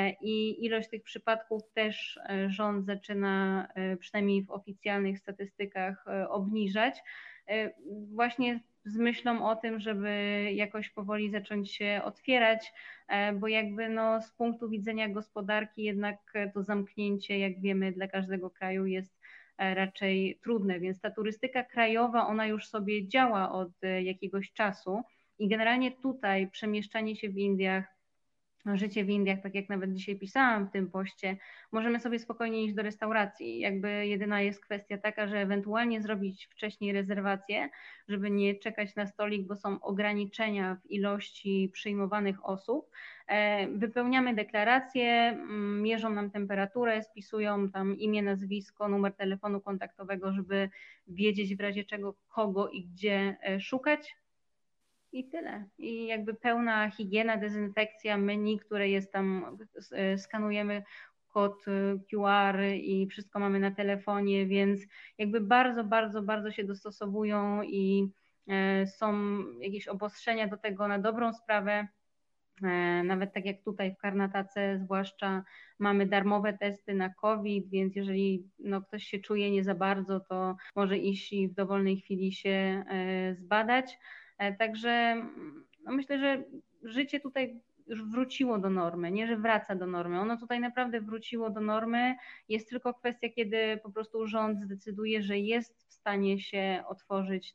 i ilość tych przypadków też rząd zaczyna, przynajmniej w oficjalnych statystykach, obniżać. Właśnie z myślą o tym, żeby jakoś powoli zacząć się otwierać, bo jakby no z punktu widzenia gospodarki jednak to zamknięcie, jak wiemy, dla każdego kraju jest raczej trudne, więc ta turystyka krajowa, ona już sobie działa od jakiegoś czasu i generalnie tutaj przemieszczanie się w Indiach, życie w Indiach, tak jak nawet dzisiaj pisałam w tym poście, możemy sobie spokojnie iść do restauracji. Jakby jedyna jest kwestia taka, że ewentualnie zrobić wcześniej rezerwację, żeby nie czekać na stolik, bo są ograniczenia w ilości przyjmowanych osób. Wypełniamy deklarację, mierzą nam temperaturę, spisują tam imię, nazwisko, numer telefonu kontaktowego, żeby wiedzieć w razie czego, kogo i gdzie szukać. I tyle. I jakby pełna higiena, dezynfekcja, menu, które jest tam, skanujemy kod QR i wszystko mamy na telefonie, więc jakby bardzo, bardzo, bardzo się dostosowują i są jakieś obostrzenia do tego na dobrą sprawę. Nawet tak jak tutaj w Karnatace zwłaszcza mamy darmowe testy na COVID, więc jeżeli no, ktoś się czuje nie za bardzo, to może iść i w dowolnej chwili się zbadać. Także no myślę, że życie tutaj już wróciło do normy, nie że wraca do normy. Ono tutaj naprawdę wróciło do normy. Jest tylko kwestia, kiedy po prostu rząd zdecyduje, że jest w stanie się otworzyć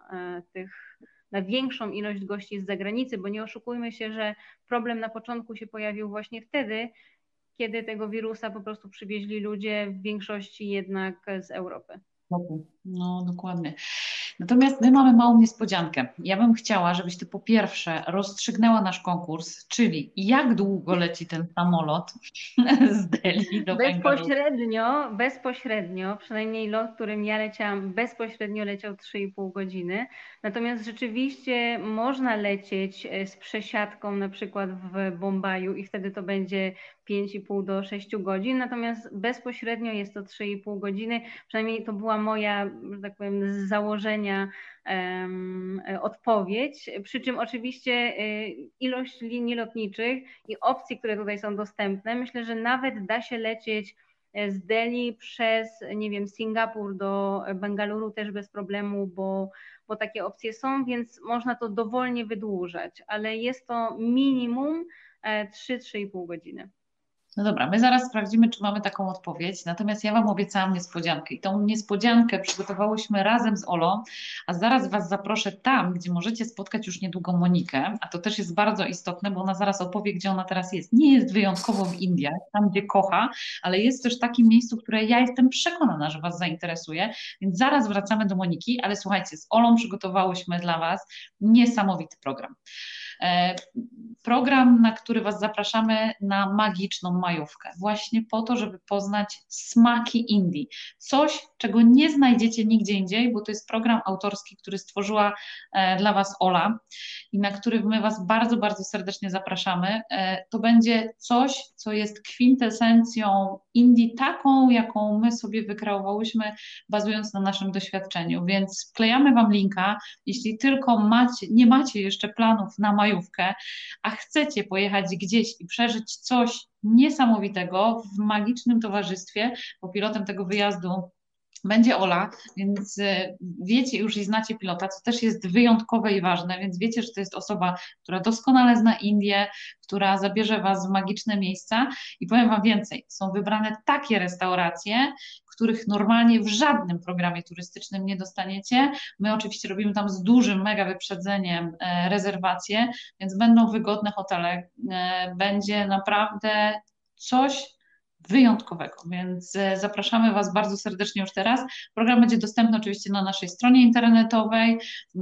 na większą ilość gości z zagranicy, bo nie oszukujmy się, że problem na początku się pojawił właśnie wtedy, kiedy tego wirusa po prostu przywieźli ludzie, w większości jednak z Europy. No, dokładnie. Natomiast my mamy małą niespodziankę. Ja bym chciała, żebyś ty po pierwsze rozstrzygnęła nasz konkurs, czyli jak długo leci ten samolot z Delhi do Bengaluru. Bezpośrednio, przynajmniej lot, którym ja leciałam, bezpośrednio leciał 3,5 godziny. Natomiast rzeczywiście można lecieć z przesiadką na przykład w Bombaju i wtedy to będzie 5,5 do 6 godzin, natomiast bezpośrednio jest to 3,5 godziny, przynajmniej to była moja, że tak powiem, z założenia odpowiedź, przy czym oczywiście ilość linii lotniczych i opcji, które tutaj są dostępne, myślę, że nawet da się lecieć z Delhi przez, nie wiem, Singapur do Bengaluru też bez problemu, bo takie opcje są, więc można to dowolnie wydłużać, ale jest to minimum 3-3,5 godziny. No dobra, my zaraz sprawdzimy, czy mamy taką odpowiedź, natomiast ja Wam obiecałam niespodziankę i tą niespodziankę przygotowałyśmy razem z Olą, a zaraz Was zaproszę tam, gdzie możecie spotkać już niedługo Monikę, a to też jest bardzo istotne, bo ona zaraz opowie, gdzie ona teraz jest. Nie jest wyjątkowo w Indiach, tam gdzie kocha, ale jest też w takim miejscu, które ja jestem przekonana, że Was zainteresuje, więc zaraz wracamy do Moniki, ale słuchajcie, z Olą przygotowałyśmy dla Was niesamowity program. Program, na który Was zapraszamy na magiczną majówkę, właśnie po to, żeby poznać smaki Indii. Coś, czego nie znajdziecie nigdzie indziej, bo to jest program autorski, który stworzyła dla Was Ola i na który my Was bardzo, bardzo serdecznie zapraszamy. To będzie coś, co jest kwintesencją Indii, taką, jaką my sobie wykreowałyśmy, bazując na naszym doświadczeniu, więc wklejamy Wam linka, jeśli tylko nie macie jeszcze planów na majówkę, a chcecie pojechać gdzieś i przeżyć coś niesamowitego w magicznym towarzystwie, bo pilotem tego wyjazdu będzie Ola, więc wiecie już i znacie pilota, co też jest wyjątkowe i ważne, więc wiecie, że to jest osoba, która doskonale zna Indię, która zabierze Was w magiczne miejsca i powiem Wam więcej, są wybrane takie restauracje, których normalnie w żadnym programie turystycznym nie dostaniecie. My oczywiście robimy tam z dużym, mega wyprzedzeniem rezerwacje, więc będą wygodne hotele, będzie naprawdę coś wyjątkowego, więc zapraszamy Was bardzo serdecznie już teraz. Program będzie dostępny oczywiście na naszej stronie internetowej,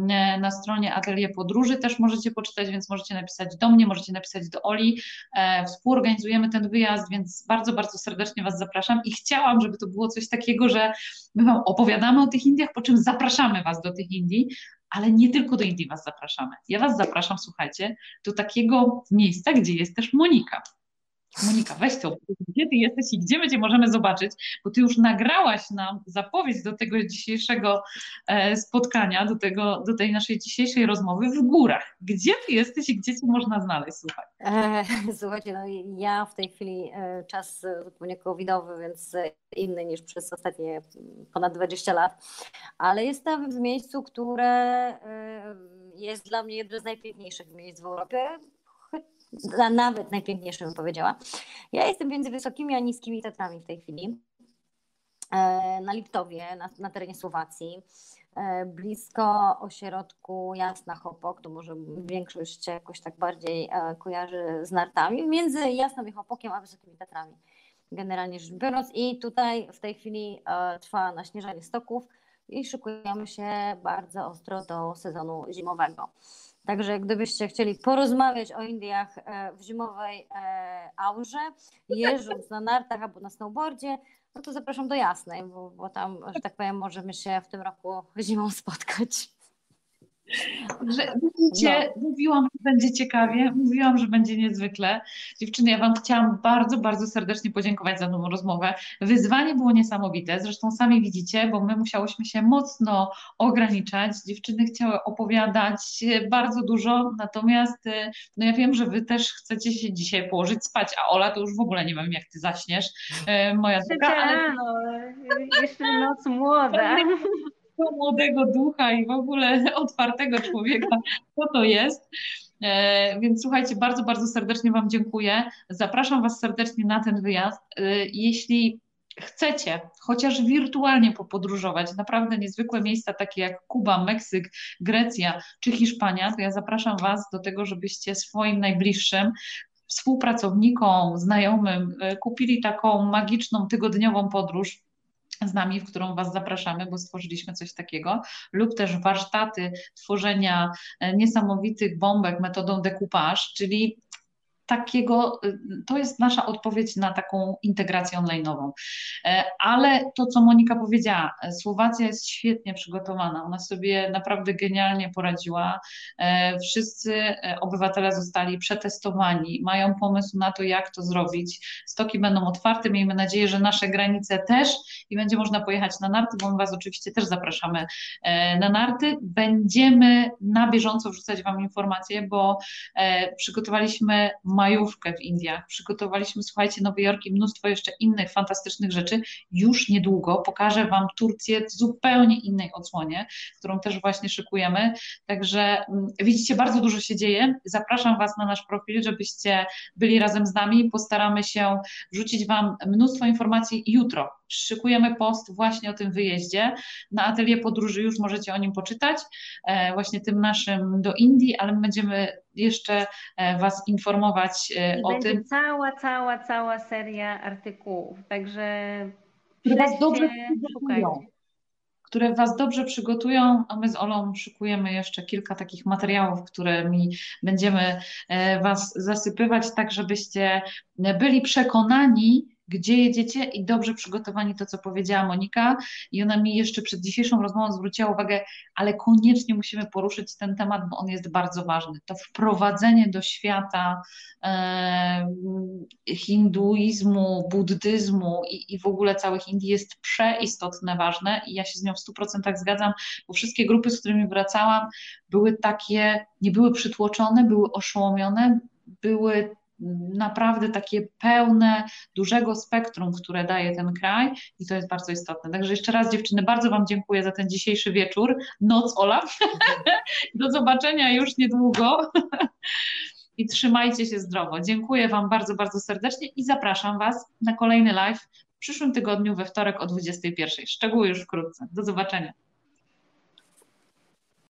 na stronie Atelier Podróży też możecie poczytać, więc możecie napisać do mnie, możecie napisać do Oli. Współorganizujemy ten wyjazd, więc bardzo, bardzo serdecznie Was zapraszam i chciałam, żeby to było coś takiego, że my Wam opowiadamy o tych Indiach, po czym zapraszamy Was do tych Indii, ale nie tylko do Indii Was zapraszamy. Ja Was zapraszam, słuchajcie, do takiego miejsca, gdzie jest też Monika. Monika, weź to, gdzie Ty jesteś i gdzie my Cię możemy zobaczyć, bo Ty już nagrałaś nam zapowiedź do tego dzisiejszego spotkania, do tej naszej dzisiejszej rozmowy w górach. Gdzie Ty jesteś i gdzie Cię można znaleźć, słuchaj? Słuchajcie, no ja w tej chwili czas zupełnie covidowy, więc inny niż przez ostatnie ponad 20 lat, ale jestem w miejscu, które jest dla mnie jednym z najpiękniejszych miejsc w Europie, nawet najpiękniejszym bym powiedziała. Ja jestem między Wysokimi a Niskimi Tatrami w tej chwili, na Liptowie, na terenie Słowacji, blisko ośrodku Jasna Chopok, to może większość jakoś tak bardziej kojarzy z nartami, między Jasną i Chopokiem a Wysokimi Tatrami, generalnie rzecz biorąc. I tutaj w tej chwili trwa naśnieżanie stoków i szykujemy się bardzo ostro do sezonu zimowego. Także gdybyście chcieli porozmawiać o Indiach w zimowej aurze, jeżdżąc na nartach albo na snowboardzie, no to zapraszam do Jasnej, bo tam, że tak powiem, możemy się w tym roku zimą spotkać. Widzicie, mówiłam, że będzie ciekawie, mówiłam, że będzie niezwykle. Dziewczyny, ja Wam chciałam bardzo, bardzo serdecznie podziękować za tą rozmowę. Wyzwanie było niesamowite, zresztą sami widzicie, bo my musiałyśmy się mocno ograniczać. Dziewczyny chciały opowiadać bardzo dużo, natomiast no ja wiem, że Wy też chcecie się dzisiaj położyć spać, a Ola to już w ogóle nie wiem, jak Ty zaśniesz, moja droga. Ale... Jeszcze noc młoda. Młodego ducha i w ogóle otwartego człowieka, co to jest. Więc słuchajcie, bardzo, bardzo serdecznie Wam dziękuję. Zapraszam Was serdecznie na ten wyjazd. Jeśli chcecie chociaż wirtualnie popodróżować, naprawdę niezwykłe miejsca takie jak Kuba, Meksyk, Grecja czy Hiszpania, to ja zapraszam Was do tego, żebyście swoim najbliższym współpracownikom, znajomym kupili taką magiczną tygodniową podróż z nami, w którą Was zapraszamy, bo stworzyliśmy coś takiego, lub też warsztaty tworzenia niesamowitych bombek metodą decoupage, czyli takiego, to jest nasza odpowiedź na taką integrację online'ową. Ale to, co Monika powiedziała, Słowacja jest świetnie przygotowana, ona sobie naprawdę genialnie poradziła. Wszyscy obywatele zostali przetestowani, mają pomysł na to, jak to zrobić. Stoki będą otwarte, miejmy nadzieję, że nasze granice też i będzie można pojechać na narty, bo my Was oczywiście też zapraszamy na narty. Będziemy na bieżąco wrzucać Wam informacje, bo przygotowaliśmy majówkę w Indiach, przygotowaliśmy, słuchajcie, Nowy Jork i mnóstwo jeszcze innych fantastycznych rzeczy. Już niedługo pokażę Wam Turcję w zupełnie innej odsłonie, którą też właśnie szykujemy. Także widzicie, bardzo dużo się dzieje. Zapraszam Was na nasz profil, żebyście byli razem z nami. Postaramy się wrzucić Wam mnóstwo informacji jutro. Szykujemy post właśnie o tym wyjeździe na Atelier Podróży, już możecie o nim poczytać, właśnie tym naszym do Indii, ale my będziemy jeszcze Was informować o będzie tym. Cała seria artykułów, także które Was śledźcie, dobrze szukajcie. które Was dobrze przygotują, a my z Olą szykujemy jeszcze kilka takich materiałów, którymi będziemy Was zasypywać, tak żebyście byli przekonani, gdzie jedziecie i dobrze przygotowani, to co powiedziała Monika. I ona mi jeszcze przed dzisiejszą rozmową zwróciła uwagę, ale koniecznie musimy poruszyć ten temat, bo on jest bardzo ważny. To wprowadzenie do świata hinduizmu, buddyzmu i w ogóle całych Indii jest przeistotne, ważne i ja się z nią w 100% zgadzam, bo wszystkie grupy, z którymi wracałam, były takie, nie były przytłoczone, były oszołomione, były naprawdę takie pełne, dużego spektrum, które daje ten kraj i to jest bardzo istotne. Także jeszcze raz dziewczyny, bardzo Wam dziękuję za ten dzisiejszy wieczór, noc Ola. Do zobaczenia już niedługo i trzymajcie się zdrowo. Dziękuję Wam bardzo, bardzo serdecznie i zapraszam Was na kolejny live w przyszłym tygodniu we wtorek o 21:00. Szczegóły już wkrótce. Do zobaczenia.